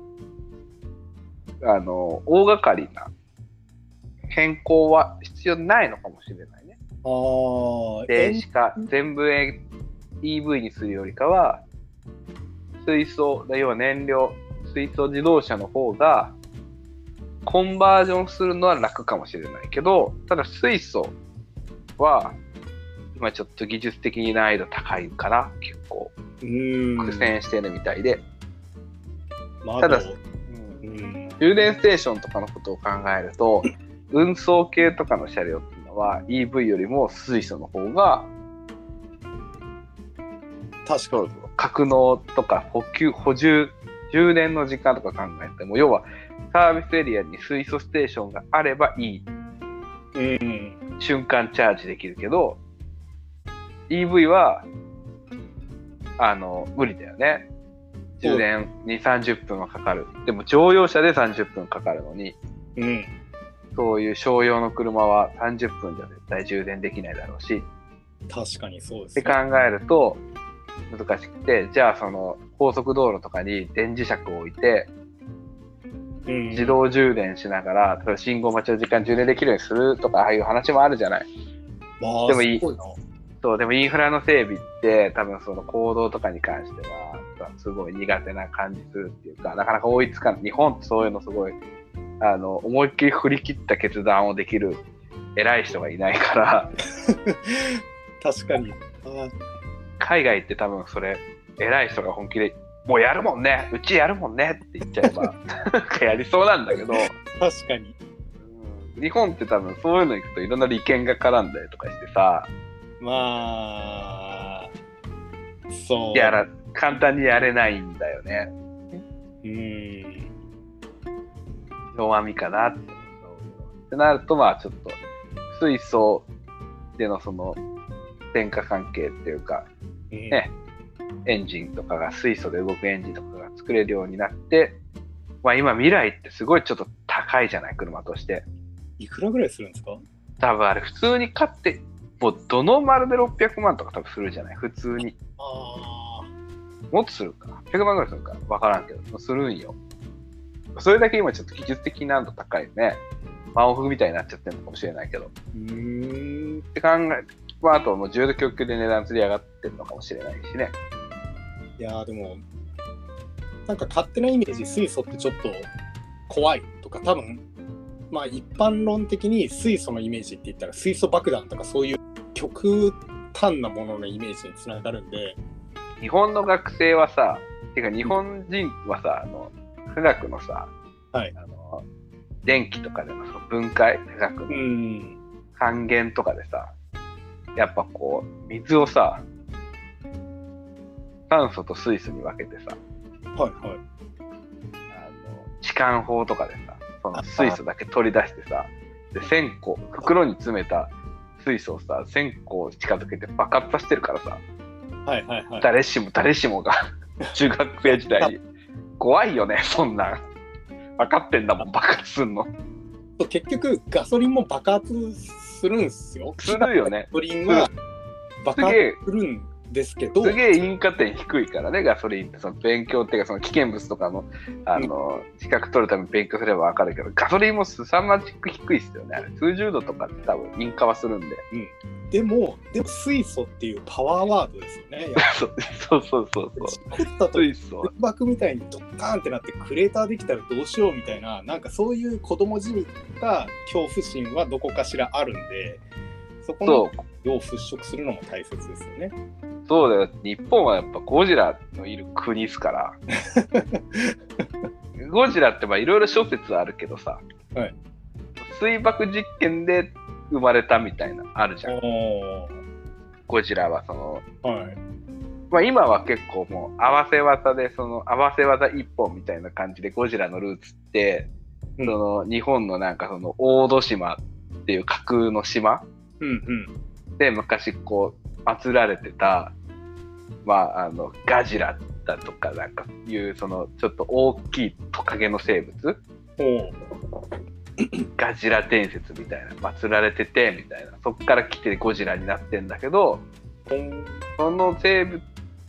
あの大掛かりな変更は必要ないのかもしれないね。 あ電子化全部 イーブイ にするよりかは水素、要は燃料、水素自動車の方が、コンバージョンするのは楽かもしれないけど、ただ水素は、今ちょっと技術的に難易度高いから、結構、苦戦してるみたいで。ただ、うん、充電ステーションとかのことを考えると、運送系とかの車両っていうのは イーブイ よりも水素の方が確かに格納とか補給補充充電の時間とか考えても、要はサービスエリアに水素ステーションがあればいい、うん、瞬間チャージできるけど イーブイ はあの無理だよね。充電に、さんじゅっぷんはかかる。でも乗用車でさんじゅっぷんかかるのに、うん、そういう商用の車はさんじゅっぷんじゃ絶対充電できないだろうし。 確かにそうですね。 って考えると難しくて、じゃあその高速道路とかに電磁石を置いて、うん、自動充電しながら、例えば信号待ちの時間充電できるようにするとか、ああいう話もあるじゃない。 まあ、でもいい。 そうでもインフラの整備って多分その行動とかに関してはすごい苦手な感じするっていうか、なかなか追いつかない。日本ってそういうのすごいあの思いっきり振り切った決断をできる偉い人がいないから確かに。 海外って多分それ偉い人が本気でもうやるもんね、うちやるもんねって言っちゃえばやりそうなんだけど、 確かに、 うん、日本って多分そういうの行くといろんな利権が絡んだりとかしてさ、 まあそうやら簡単にやれないんだよね。 うーん、 弱みかなって。ってなると、まあちょっと水素でのその電化関係っていうか、うん、ね、エンジンとかが水素で動くエンジンとかが作れるようになって、まあ今未来ってすごいちょっと高いじゃない、車として。 いくらぐらいするんですか？ 多分あれ普通に買ってもうどの丸でろっぴゃくまんとか多分するじゃない、普通に。あー、もっとするか、はっぴゃくまんぐらいするか分からんけどするんよ。それだけ今ちょっと技術的難度高いよね。マンオフみたいになっちゃってるのかもしれないけど。うーんって考え、まあ、あともう需要と供給で値段つり上がってるのかもしれないしね。 いやーでもなんか勝手なイメージ、水素ってちょっと怖いとか、多分まあ一般論的に水素のイメージって言ったら水素爆弾とかそういう極端なもののイメージにつながるんで、 日本の学生はさ、てか日本人はさ、あの科学のさ、はい、あの電気とかでのその分解、科学の還元とかでさ、やっぱこう水をさ、酸素と水素に分けてさ、はいはい、あの置換法とかでさ、その水素だけ取り出してさ、でせんこ袋に詰めた水素をさせんこ近づけて爆発させてるからさ、はいはいはい、誰しも誰しもが中学生時代に怖いよね、そんなん分かってんだもん、爆発すんの。 結局ガソリンも爆発するんすよ。 するよね。 ガソリンは爆発するんですけど、 すげえ引火点低いからね、ガソリンって。その勉強っていうかその危険物とかのあの、うん、資格取るために勉強すれば分かるけど、ガソリンも凄まじく低いっすよね。あれ数十度とかって多分引火はするんで、 うん、でもでも水素っていうパワーワードですよね。 そうそうそうそう。 作ったと空爆みたいにドッカーンってなってクレーターできたらどうしようみたいな、なんかそういう子供じみた恐怖心はどこかしらあるんで、そこのを払拭するのも大切ですよね。 そうだよ。日本はやっぱゴジラのいる国ですからゴジラってまあいろいろ諸説あるけどさ、はい、水爆実験で生まれたみたいなあるじゃん。ゴジラはその、はい、まあ、今は結構もう合わせ技で、その合わせ技一本みたいな感じでゴジラのルーツって、うん、その日本のなんかその大戸島っていう架空の島、うんうん、で昔こう祀られてた、まあ、あのガジラだとかなんかいうそのちょっと大きいトカゲの生物、ガジラ伝説みたいな祀られててみたいな、そこから来てゴジラになってんだけど、その生物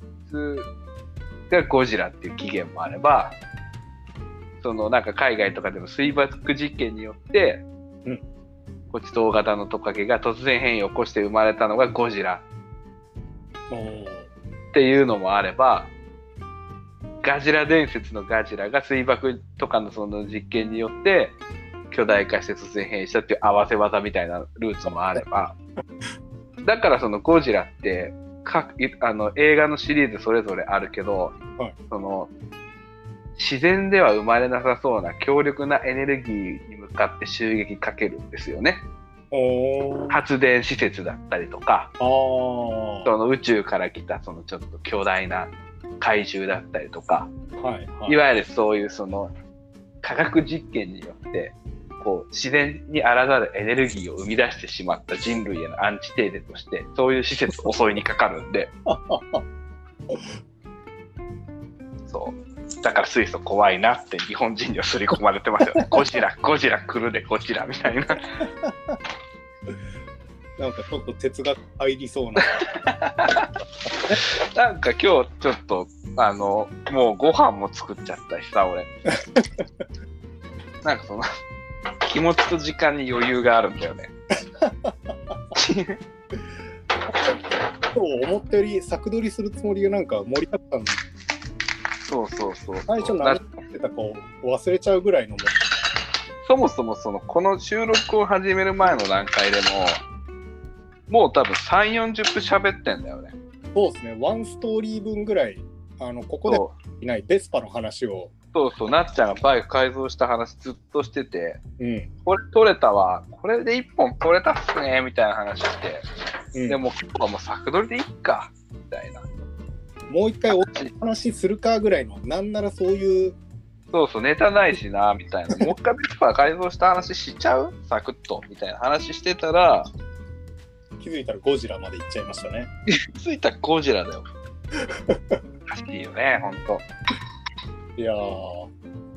がゴジラっていう起源もあれば、そのなんか海外とかでの水爆実験によって、うん、こっちと大型のトカゲが突然変異を起こして生まれたのがゴジラっていうのもあれば、 ガジラ伝説のガジラが水爆とかのその実験によって巨大化して突然変異したっていう合わせ技みたいなルーツもあれば、だからそのゴジラって各あの映画のシリーズそれぞれあるけど、はい、その自然では生まれなさそうな強力なエネルギーに向かって襲撃かけるんですよね。お発電施設だったりとか、その宇宙から来たそのちょっと巨大な怪獣だったりとか、はいはい、いわゆるそういうその科学実験によってこう自然にあらざるエネルギーを生み出してしまった人類へのアンチテーゼとしてそういう施設を襲いにかかるんでそうだから水素怖いなって日本人には刷り込まれてますよね。ゴジラゴジラ来るでゴジラみたいななんかちょっと哲学入りそうななんか今日ちょっとあのもうご飯も作っちゃったしさ俺なんかその気持ちと時間に余裕があるんだよねそう思ったより作取りするつもりがなんか盛りだくさん。 そうそうそう。 最初何やってたかを忘れちゃうぐらいのも。 そもそもそのこの収録を始める前の段階でももう多分さんじゅうよんじゅっぷん喋ってんだよね。 そうですね。ワンストーリー分ぐらいあのここでいないベスパの話を。 そうそう、なっちゃんがバイク改造した話ずっとしてて、うん、これ取れたわ、これでいっぽん取れたっすねみたいな話して、うん、でも今日はもう作取りでいっかみたいな。 もう一回お話するかぐらいの、なんならそういう。 そうそう、ネタないしなみたいな。もう一回ベスパ改造した話しちゃうサクッとみたいな話してたら、 気づいたらゴジラまで行っちゃいましたね。 気づいたらゴジラだよ。おかしいよね、ほんと。 いやー、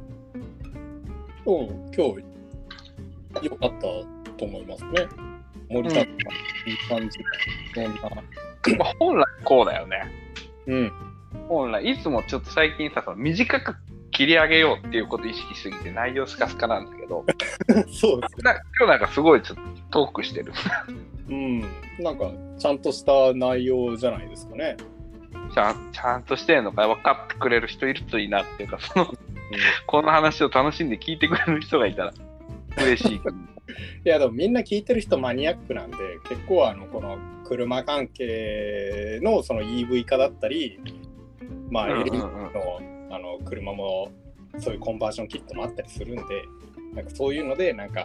今日良かったと思いますね。盛り立った、うん、いい感じ。そんな本来こうだよね。 うん。 本来、いつもちょっと最近さ、その短く切り上げようっていうことを意識しすぎて内容スカスカなんだけど、 そうですね。 な今日なんかすごいちょっとトークしてる。 うん。なんかちゃんとした内容じゃないですかね。 ちゃん、ちゃんとしてんのか分かってくれる人いるといいなっていうか、その、うん、この話を楽しんで聞いてくれる人がいたら嬉しい。いやでもみんな聞いてる人マニアックなんで、結構あのこの車関係のその イーブイ 化だったり、まあ エレキの、あの車もそういうコンバージョンキットもあったりするんで、なんかそういうのでなんか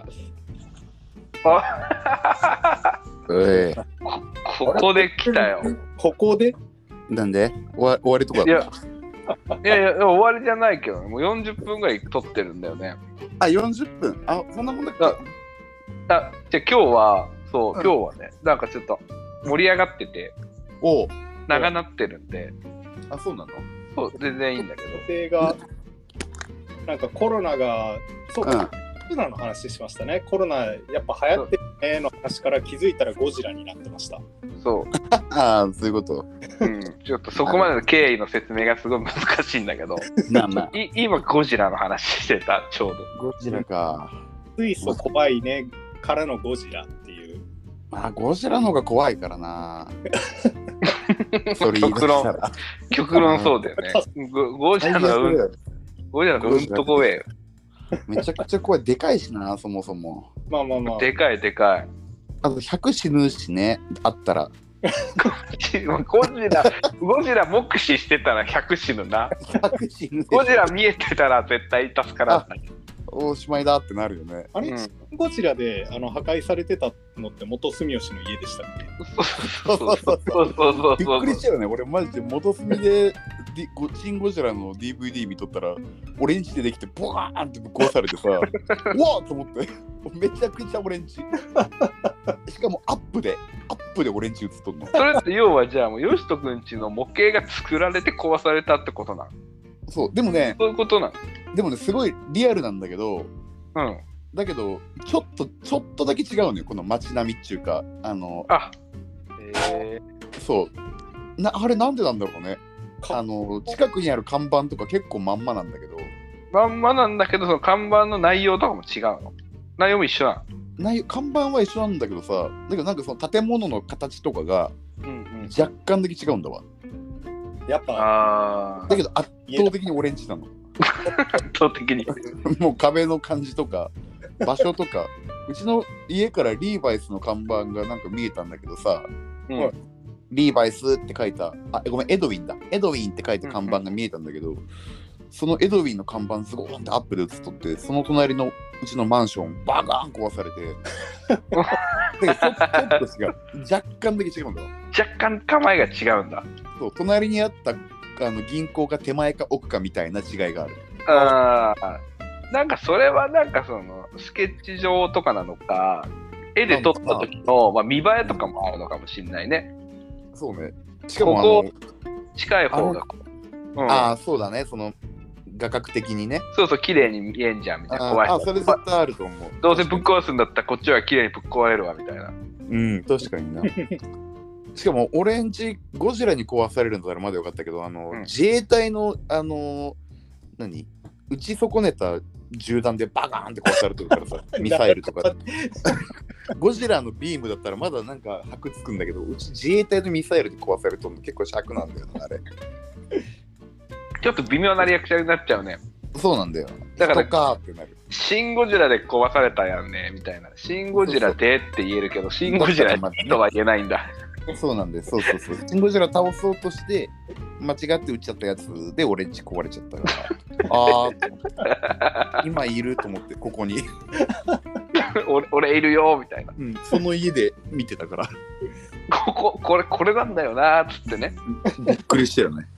あえー、こ, ここで来たよ。 ここでなんで終わ、終わりとかいやいやいや終わりじゃないけど、もうよんじゅっぷんぐらい撮ってるんだよね。 あ、よんじゅっぷん。あ、そんなもんだっけ。 ああじゃあ今日はそう、うん、今日はねなんかちょっと盛り上がっててお長なってるんで。 あ、そうなの。 そう全然いいんだけど。 女性がなんかコロナがそうか、うん、コロナの話しましたね。コロナやっぱ流行ってるねの話から気づいたらゴジラになってました。 そうああ、そういうこと、 うん、ちょっとそこまでの経緯の説明がすごい難しいんだけどまあまあい今ゴジラの話してたちょうど。ゴジラか。 水素怖いねからのゴジラっていう。 まあゴジラの方が怖いからなそれ言い出したら極論そうだよね。ゴ, ゴジラのうんゴジラのうんと怖えよ。 めちゃくちゃ怖い。でかいしな、そもそも。 まあまあまあ。 でかいでかい。 あとひゃく死ぬしね、あったら。 ゴジラ、ゴジラ目視してたらひゃく死ぬな。 ひゃく死ぬ。 ゴジラ見えてたら絶対助からない。 おしまいだってなるよね。 あれ、うん、ゴジラであの破壊されてたのって元住吉の家でしたっけ？ そうそうそうそうそう。びっくりしちゃうよね。俺マジで元住でシン・ゴジラの ディーブイディー 見とったら俺んちでできてボワーンってぶっ壊されてさうわーと思ってめちゃくちゃ俺んちしかもアップでアップで俺んち映っとんの。 それって要はじゃあもうヨシトくんちの模型が作られて壊されたってことなの？ そうでもねそういうことなの。 でもねすごいリアルなんだけど、 うん、 だけどちょっとちょっとだけ違うのよこの街並みっていうかあのあへーそうなあれなんでなんだろうね。あの近くにある看板とか結構まんまなんだけどまんまなんだけどその看板の内容とかも違うの？内容も一緒なの？ 内容看板は一緒なんだけどさだけどなんかその建物の形とかが若干だけ違うんだわ。 やっぱだけど圧倒的にオレンジなの。 圧倒的にもう壁の感じとか場所とかうちの家からリーバイスの看板がなんか見えたんだけどさ、 うん、 リーバイスって書いた、あ、ごめん、エドウィンだ。エドウィンって書いた看板が見えたんだけど、うんうん、そのエドウィンの看板すごーってアップで映っとって、その隣のうちのマンション、バカーン壊されて、ちょっと違う。若干だけ違うんだわ。 若干構えが違うんだ。 そう、隣にあったあの銀行が手前か奥かみたいな違いがある。 ああ、なんかそれはなんかそのスケッチ上とかなのか、絵で撮った時のまあ見栄えとかもあるのかもしれないね。 そうね。しかもここ近い方が、 うん、ああ、そうだね。その画角的にね。 そうそう、綺麗に見えんじゃんみたいな。怖い。 あ、それ絶対あると思う。 どうせぶっ壊すんだったらこっちは綺麗にぶっ壊れるわみたいな。 うん、確かにな。しかもオレンジゴジラに壊されるんだったらまだよかったけど、あの、うん、自衛隊のあの何撃ち損ねた銃弾でバカーンって壊されてるからさ、ミサイルとか。ゴジラのビームだったらまだなんか箔つくんだけど、うち自衛隊のミサイルで壊されると結構尺なんだよな、あれ。 ちょっと微妙なリアクションになっちゃうね。 そうなんだよ。 だからかってなる。 シン・ゴジラで壊されたやんねみたいな。シン・ゴジラでって言えるけど、シン・ゴジラとは言えないんだ。 そうなんです。そうそうそう。シン・ゴジラ倒そうとして間違って撃っちゃったやつでオレンジ壊れちゃったから。あーと思って。今いると思ってここに。 俺, 俺いるよみたいな、 うん。その家で見てたから。 こここれこれなんだよなーっつってね。 びっくりしたよね。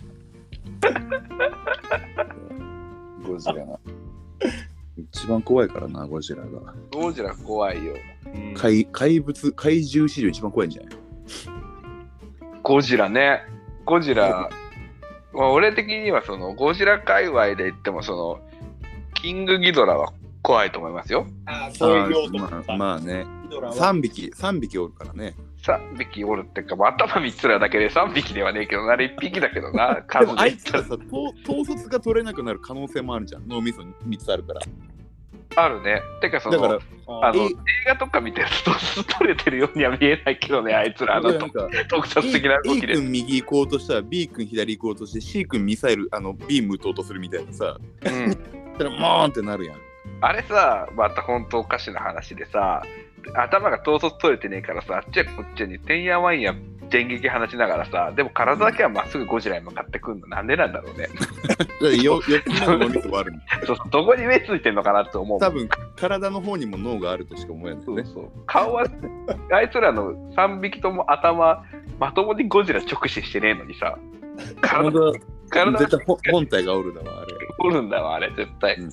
ゴジラな。一番怖いからな、ゴジラが。 ゴジラ怖いよ。 怪, 怪物、怪獣史上一番怖いんじゃない？ ゴジラね。ゴジラ、まあ、俺的にはそのゴジラ界隈で言ってもそのキングギドラは怖いと思いますよ。 ああ、そういう用途、 まあ、まあね。さんびき、さんびきおるからね。 さんびきおるってか、まあ、頭みっつらだけでさんびきではねえけど、あれいっぴきだけどな、数で。 でもあいつらさ、統率が取れなくなる可能性もあるじゃん。脳みそみっつあるから。 あるね。てかその、だからあの映画とか見てると統率取れてるようには見えないけどね、あいつらあの特撮的な動きで。 A 君右行こうとしたら B 君左行こうとして C 君ミサイル、あの ビーム撃とうとするみたいなさ。うん。それモーンってなるやん。 あれさ、また本当おかしな話でさ、頭が統率取れてねえからさ、あっちやこっちにてんやわんや電撃放ちながらさ、でも体だけはまっすぐゴジラに向かってくるの、なんでなんだろうね。 よっつの脳みそがあるんだ。 そうそう、どこに目ついてんのかなって思う。 多分体の方にも脳があるとしか思えないよね。 そうそう、顔はあいつらのさんびきとも頭まともにゴジラ直視してねえのにさ、 体体絶対本体がおるだわあれ。 おるんだわあれ絶対、うん、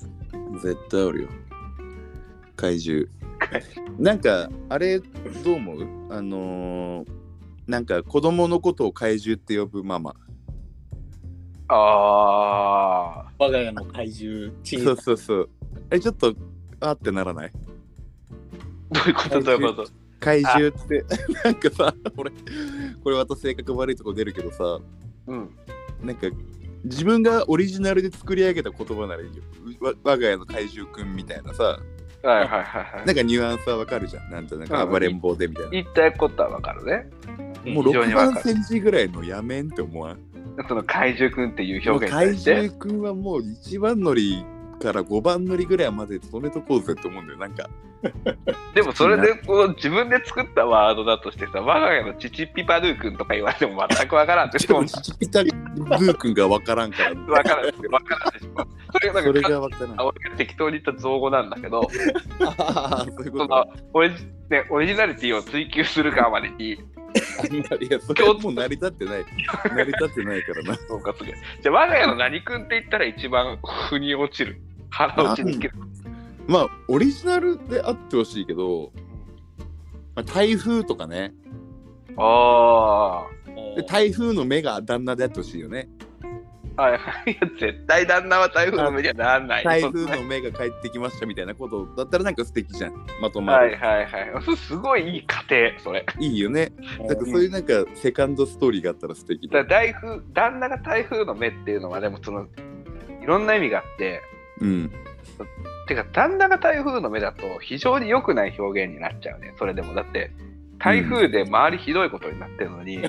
絶対おるよ怪獣。なんかあれどう思う？あのー、なんか子供のことを怪獣って呼ぶママ。 ああ。 我が家の怪獣。 そうそうそう。えちょっとあってならない？ どういうことどういうこと？ 怪獣ってなんかさ、俺これまた性格悪いとこ出るけどさ、うん、なんか自分がオリジナルで作り上げた言葉ならいいよ。我が家の怪獣くんみたいなさ。 はいはいはいはい。 なんかニュアンスはわかるじゃん。なんとなく暴れん坊でみたいな。 言いたいことはわかるね。 もうろくばんセンチぐらいのやめんって思わん？ その怪獣くんっていう表現怪獣くんはもう一番乗りからごばん乗りぐらいまで止めとこうぜって思うんだよ。なんかでもそれでこう自分で作ったワードだとしてさ、我が家のチチピパドゥくんとか言われても全くわからんって。 チチピタドゥくんがわからんから。 わからんってわからんでしょ。 それがそれがわからん。 俺が適当に言った造語なんだけど、 あそういうこと。 オリジ、ね、オリジナリティを追求する側までに。 いや、それはもう成り立ってない。成り立ってないからな。 そうか、すげえ。じゃあ我が家の何くんって言ったら一番腑に落ちる。腹落ちにける。 まあオリジナルであってほしいけど、まあ、台風とかね。 ああ。台風の目が旦那であってほしいよね。 はいはい。絶対旦那は台風の目にはならない。 台風の目が帰ってきましたみたいなことだったらなんか素敵じゃん。まとまる。 はいはいはい。すごいいい家庭それ。 いいよね。なんかそういうなんかセカンドストーリーがあったら素敵だ。だ台風旦那が台風の目っていうのはでもそのいろんな意味があって。うん。てか旦那が台風の目だと非常に良くない表現になっちゃうね。それでもだって台風で周りひどいことになってるのに、うん、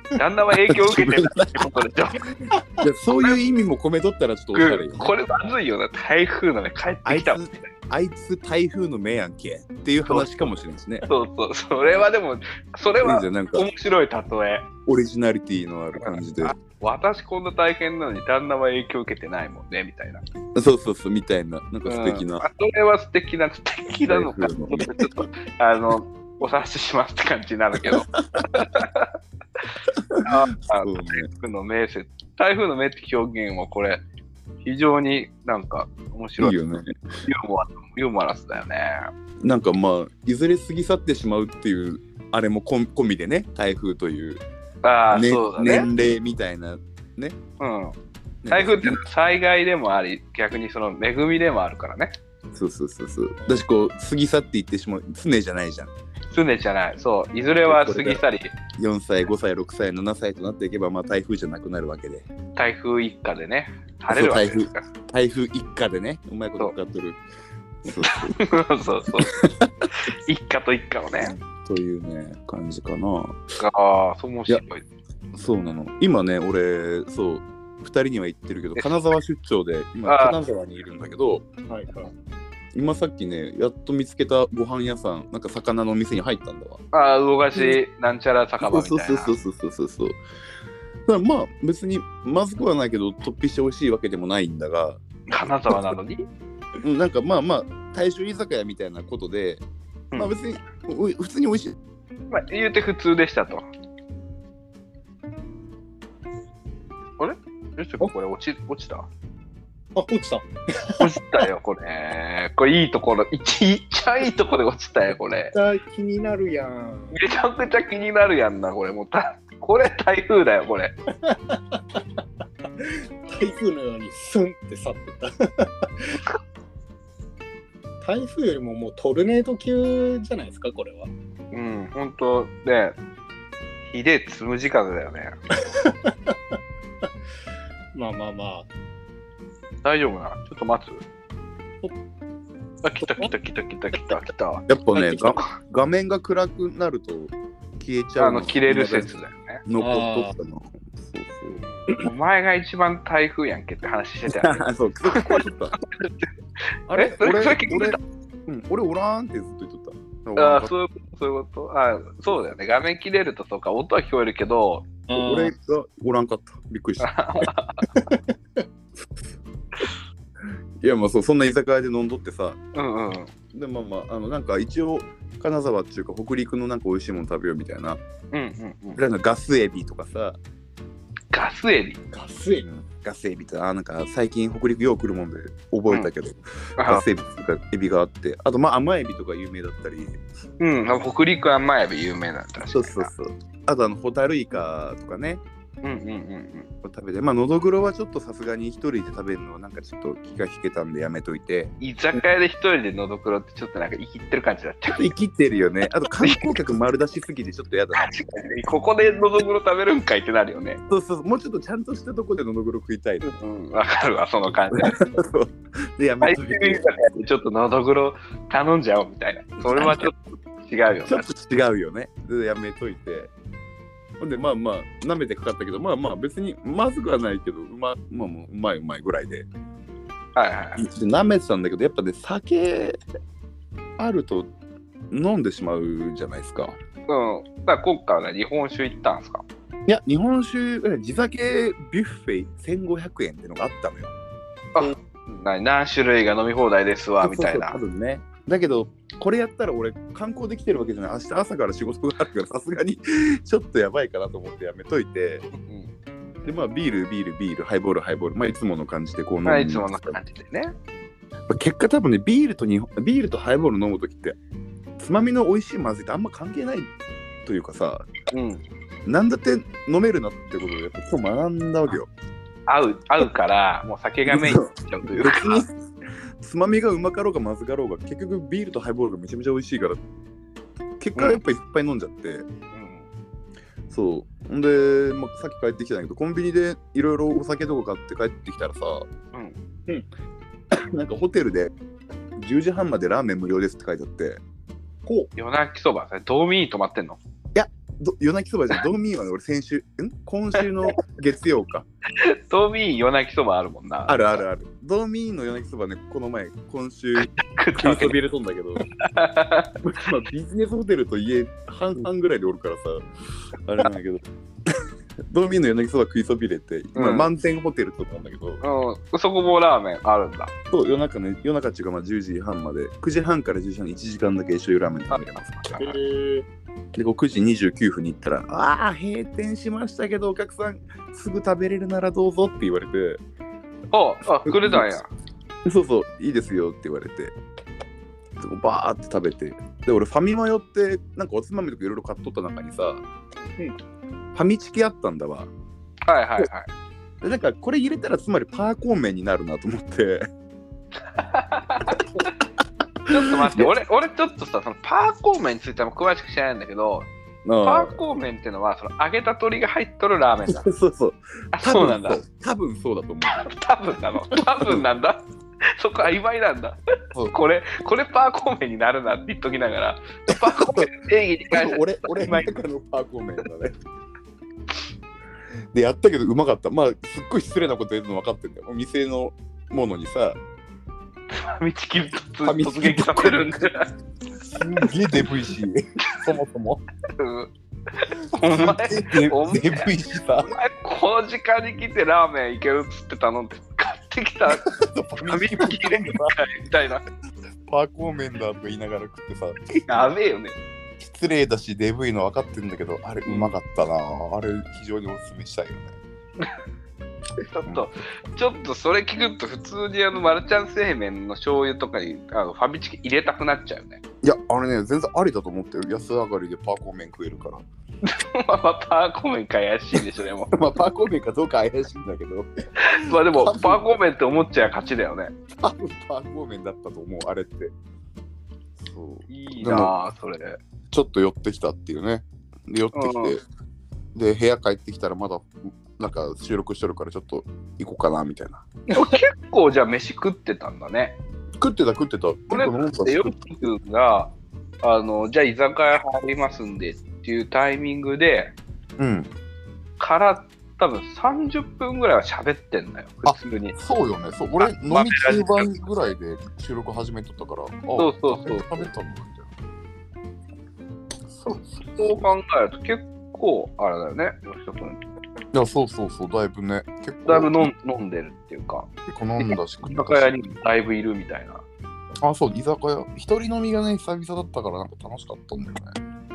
旦那は影響を受けてるってことでしょ。 いやそういう意味も込めとったらちょっとおしゃれよ、ね、 これまずいよな、台風の目帰ってきたもん。 あいつ台風の目やんけっていう話かもしれないですね。 そうそう、それはでも、それは面白い例え。 オリジナリティのある感じで。 私こんな大変なのに旦那は影響受けてないもんねみたいな。 そうそうそうみたいな、なんか素敵な。うん、 それは素敵な、素敵なのか、ちょっとあのお察ししますって感じになるけど。ああ、ね、台風の目説、台風の目って表現はこれ非常になんか面白い。 いいよね。 ユーモア、ユーモラスだよね。 なんかまあいずれ過ぎ去ってしまうっていうあれも込みでね、台風という。 ああ、ね、そうだね。 年齢みたいなね。 うん。台風って災害でもあり、逆にその恵みでもあるからね。 そうそうそうそう。だしこう過ぎ去っていってしまう常じゃないじゃん。 常じゃない。そう。いずれは過ぎ去り。 よんさい、ごさい、ろくさい、ななさいとなっていけば、まあ台風じゃなくなるわけで。 台風一過でね。晴れるわけですから。 台風一過でね。うまいこと使っとる。 そうそうそうそう。一過と一過をね。 というね感じかな。 ああ、そう面白い。 そうなの。今ね、俺、そう、ふたりには言ってるけど、金沢出張で、今、金沢にいるんだけど、はいはい、今さっきね、やっと見つけたご飯屋さん、なんか魚の店に入ったんだわ。 ああ、魚菓子、なんちゃら酒場みたいな。 そうそうそうそうそうそう。だからまあ、別にまずくはないけど、突飛して美味しいわけでもないんだが、 金沢なのになんかまあまあ、大衆居酒屋みたいなことで、うん、まあ別に、普通に美味しい。 まあ、言うて普通でしたと。あれよしこれ落ち、落ちたあ、 落ちた。 落ちたよ、これ。これいいところ、いっちゃいいところで落ちたよ、これ。 めっちゃ気になるやん。 めちゃくちゃ気になるやんな、これ。もうたこれ台風だよ、これ。 台風のようにスンって去ってた。台風よりももうトルネード級じゃないですか、これは。 うん、ほんとね、ひでえつむじ風だよね。 まあまあまあ。 大丈夫な。ちょっと待つ。あ、来た来た来た来た来た来た。 やっぱね、が画面が暗くなると消えちゃう。 あの、切れる説だよね。 残っとったな。そうそう。お前が一番台風やんけって話してたよ、ね。 そう、そこはちょっと。あれそれ俺、 それ聞いてた。 うん、俺おらんってずっと言っとった。 ああ、そういうこと、そういうこと。ああ、そうだよね。画面切れるとそうか、音は聞こえるけど、 俺がおらんかった。びっくりした。いや、まあそう、そんな居酒屋で飲んどってさ。 うんうん。 で、まあまあ、あの、なんか一応、金沢っていうか、北陸のなんか美味しいもの食べようみたいな。 うんうんうん。 なんかガスエビとかさ。 ガスエビガスエビガスエビって、あ、なんか最近北陸よう来るもんで覚えたけど、うん、ガスエビとかエビがあって、あとまあ甘エビとか有名だったり。 うん、北陸甘エビ有名だったし。 そうそうそう。あとあのホタルイカとかね。 うんうんうんうん。 食べて、まあのどぐろはちょっとさすがに一人で食べるのはなんかちょっと気が引けたんでやめといて。 居酒屋で一人でのどぐろってちょっとなんか生きってる感じだった。 ちょっと生きってるよね。あと観光客丸出しすぎてちょっとやだな。 ここでのどぐろ食べるんかいってなるよね。 そうそう、もうちょっとちゃんとしたとこでのどぐろ食いたい。 うん、わかるわ、その感じ。 そうでやめといて。 ちょっとのどぐろ頼んじゃおうみたいな。それはちょっと違うよね。 ちょっと違うよね。でやめといて。ほんでまあまあ舐めてかかったけど、まあまあ別にまずくはないけど、うま、まあ、もううまいうまいぐらいで、 はいはいはい、 舐めてたんだけど、やっぱね酒あると飲んでしまうじゃないですか。 うん。だから今回はね、日本酒行ったんですか？ いや、日本酒地酒ビュッフェせんごひゃくえんってのがあったのよ。 あ、何種類が飲み放題ですわみたいな。 多分ね。だけどこれやったら俺観光できてるわけじゃない。明日朝から仕事があるからさすがにちょっとやばいかなと思ってやめといて、うん、でまあビールビールビールハイボールハイボール、まあいつもの感じでこう飲む、まあ、 いつもの感じでね。 結果多分ねビールと日本ビールとハイボール飲むときってつまみの美味しいまずいってあんま関係ないというかさ、 うん、 なんだって飲めるなってことでやっぱ今日学んだわけよ。 合う合うからもう酒がメインになっちゃうというか。 つまみがうまかろうがまずかろうが結局ビールとハイボールがめちゃめちゃ美味しいから結果やっぱいっぱい飲んじゃって、うん、そうんで、まあ、さっき帰ってきたんだけどコンビニでいろいろお酒とか買って帰ってきたらさ、うんうん、なんかホテルでじゅうじはんまでラーメン無料ですって書いてあって、 こう夜泣きそばそれドーミーに泊まってんの？ いやど夜泣きそばじゃん。ドーミーはね、俺先週、ん今週の月曜か。 ドーミー夜泣きそばあるもんな。 あるあるある。ドーミーの夜泣きそばね、この前、今週、食いそびれとんだけど、まあ、ビジネスホテルと家半々ぐらいでおるからさ、あれなんだけど、ドーミーの夜泣きそば食いそびれて、今、うん、満点ホテルと思うんだけど、 うん、そこもラーメンあるんだ。 そう、夜中ね、夜中っていうかまあじゅうじはんまで、くじはんからじゅうじはんいちじかんだけ醤油ラーメン食べれます。へー。で、くじにじゅうきゅうふんに行ったら、ああ、閉店しましたけど、お客さんすぐ食べれるならどうぞって言われて、 ああ、くれたんや。 そうそう、いいですよって言われて、バーって食べて、で、俺ファミマ寄って、なんかおつまみとかいろいろ買っとった中にさ、うん、ファミチキあったんだわ。 はいはいはい。 で、なんかこれ入れたらつまりパーコー麺になるなと思って。 ちょっと待って、俺、俺ちょっとさ、そのパーコー麺についても詳しく知らないんだけど、パーコー麺っていうのはその揚げた鶏が入っとるラーメンだ。 そうそう。 あ、そうなんだ。 多分そうだと思う。 多分なの。多分なんだ。そこ曖昧なんだ。これ、これパーコー麺になるなって言っときながら、パーコー麺の定義に関して俺、俺の中のパーコー麺だね。で、やったけどうまかった。まあ、すっごい失礼なこと言うの分かってんだよ。お店のものにさ、 ファミチキ突撃させるんだよ。 すんげえデブいし、そもそも。 お前、 お前デブいしさ。 お前、この時間に来てラーメンいけるっつって頼んで、買ってきたファミチキ入れんかいみたいな。 パーコー麺だとか言いながら食ってさ。 やべえよね。 失礼だし、デブいの分かってるんだけど、あれうまかったな。あれ非常におすすめしたいよね。 ちょっと、ちょっとそれ聞くと普通にあのマルちゃん製麺の醤油とかにあのファミチキ入れたくなっちゃうね。 いや、あれね、全然ありだと思ってる。安上がりでパーコー麺食えるから。 まあまあパーコー麺か怪しいでしょ、でも。 まあパーコー麺かどうか怪しいんだけど。 まあでもパーコー麺って思っちゃ勝ちだよね。 多分パーコー麺だったと思う、あれって。 そう。いいなぁ、それ。 ちょっと寄ってきたっていうね。で、寄ってきて、うん、で、部屋帰ってきたらまだ、なんか収録してるからちょっと行こうかなみたいな。 結構じゃあ飯食ってたんだね。 食ってた食ってた。 これってヨッキ君があのじゃあ居酒屋入りますんでっていうタイミングで、 うん、 から多分さんじゅっぷんぐらいは喋ってんだよ普通に。 そうよね。そう俺飲み中盤ぐらいで収録始めとったから。 そうそうそう。 食べたんだみたいな。 そうそう考えると結構あれだよね吉田君。 いや、そうそうそう、だいぶね、結構。 だいぶ飲ん、飲んでるっていうか。 結構飲んだし、 居酒屋にだいぶいるみたいな。 あ、そう、居酒屋。一人飲みがね、久々だったから、なんか楽しかったんだよね。 うん。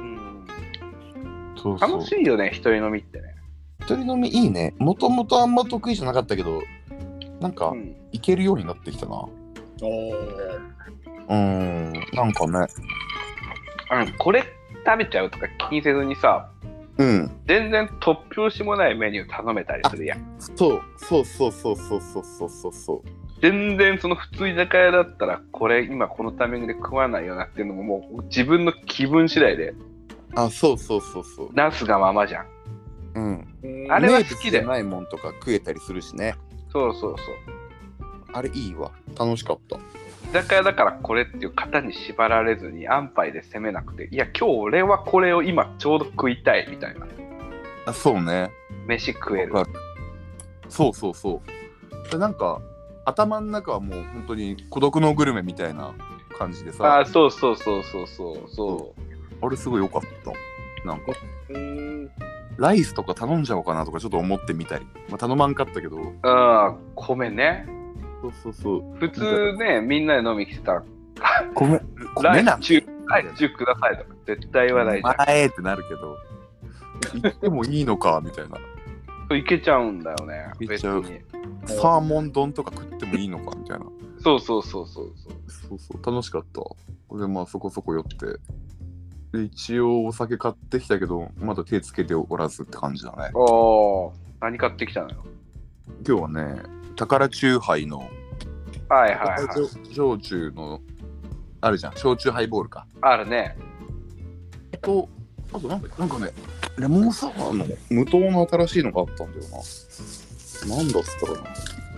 そうそう。 楽しいよね、一人飲みってね。 一人飲みいいね。もともとあんま得意じゃなかったけど、なんか、うん、いけるようになってきたな。おー。うーん、なんかね。 うん、これ食べちゃうとか気にせずにさ、 うん、 全然突拍子もないメニュー頼めたりするやん。 そうそうそうそうそうそうそうそう。 全然その普通居酒屋だったらこれ今このタイミングで食わないよなっていうのももう自分の気分次第で。 あ、そうそうそうそう。 なすがままじゃん。 うん。 あれは好きで。 ないもんとか食えたりするしね。 そうそうそう。 あれいいわ。楽しかった。 居酒屋だからこれっていう型に縛られずに安牌で攻めなくて、いや今日俺はこれを今ちょうど食いたいみたいな。 あ、そうね。 飯食える。 そうそうそう。でなんか頭の中はもう本当に孤独のグルメみたいな感じでさ。 あ、そうそうそうそうそうそう。 あれすごい良かった。なんか。うーん。ライスとか頼んじゃおうかなとかちょっと思ってみたり。まあ頼まんかったけど。 ああ、米ね。 そうそうそう。 普通ね、みんなで飲み来てたら、 米、米なんて。ライス中くださいとか絶対言わないじゃん。 前ってなるけど、行ってもいいのかみたいな。 いけちゃうんだよね。 いけちゃう。サーモン丼とか食ってもいいのかみたいな。 そうそうそうそうそう。 そうそう、楽しかった。で、まあそこそこ寄って。で、一応お酒買ってきたけど、まだ手つけておらずって感じだね。 ああ、何買ってきたのよ。 今日はね、宝チューハイの、 はいはいはい。 焼酎の、あるじゃん、焼酎ハイボールか。 あるね。 と、あとなんか、なんかね、レモンサワーの無糖の新しいのがあったんだよな。なんだっつったかな。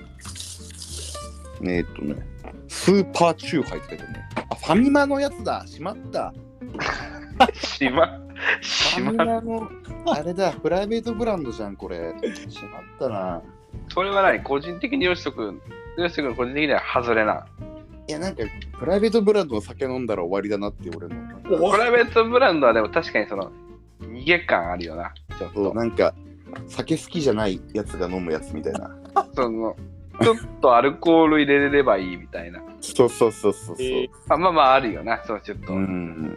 えー、っとね、スーパーチューハイって書いてあるね。あ、ファミマのやつだ。しまった。 しま、 しまったのあれだ、プライベートブランドじゃん、これ。しまったな。 それは何個人的によしとくん、よしとくん個人的には外れな。 いや、なんか、プライベートブランドの酒飲んだら終わりだなって俺の。 プライベートブランドはでも確かにその、逃げ感あるよな。ちょっと。 なんか、酒好きじゃないやつが飲むやつみたいな。 その、ちょっとアルコール入れれればいいみたいな。 そうそうそうそうそう、えーあ。まあまああるよな、そうちょっと。うん。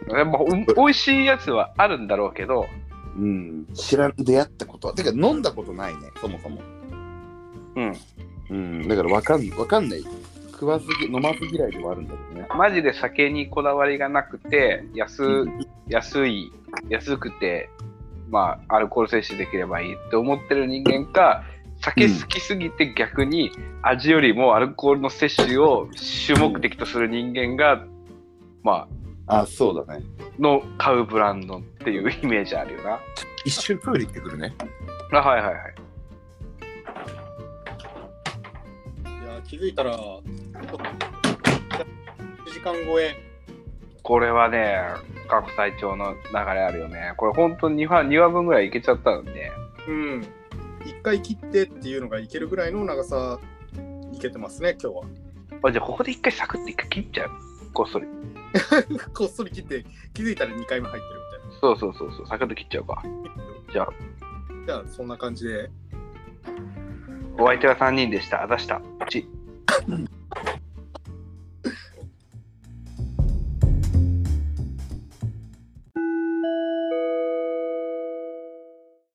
やっぱおいしいやつはあるんだろうけど。 うん。知らん、出会ったことは。てか飲んだことないね、そもそも。 うん。 うん。だからわかん、わかんない。食わず飲まず嫌いではあるんだけどね。 マジで酒にこだわりがなくて、安、うん、安い、安くて、まあアルコール摂取できればいいって思ってる人間か、酒好きすぎて逆に味よりもアルコールの摂取を主目的とする人間が、うん、まあ、あ、そうだね。 の買うブランドっていうイメージあるよな。 一瞬トイレ行ってくるね。 あ、はいはいはい。 いや、気づいたらいちじかん超え。 これはね、過去最長の流れあるよね。これ本当ににわ、にわぶんぐらいいけちゃったので。 うん。一回切ってっていうのがいけるぐらいの長さいけてますね、今日は。 あ、じゃあここで一回サクッと一回切っちゃう。こっそり。 こっそり切って気づいたらにかいめ入ってるみたいな。 そうそうそうそう、サクッと切っちゃうか。じゃあ。 じゃあそんな感じで。 お相手はさんにんでした。あざした。ち。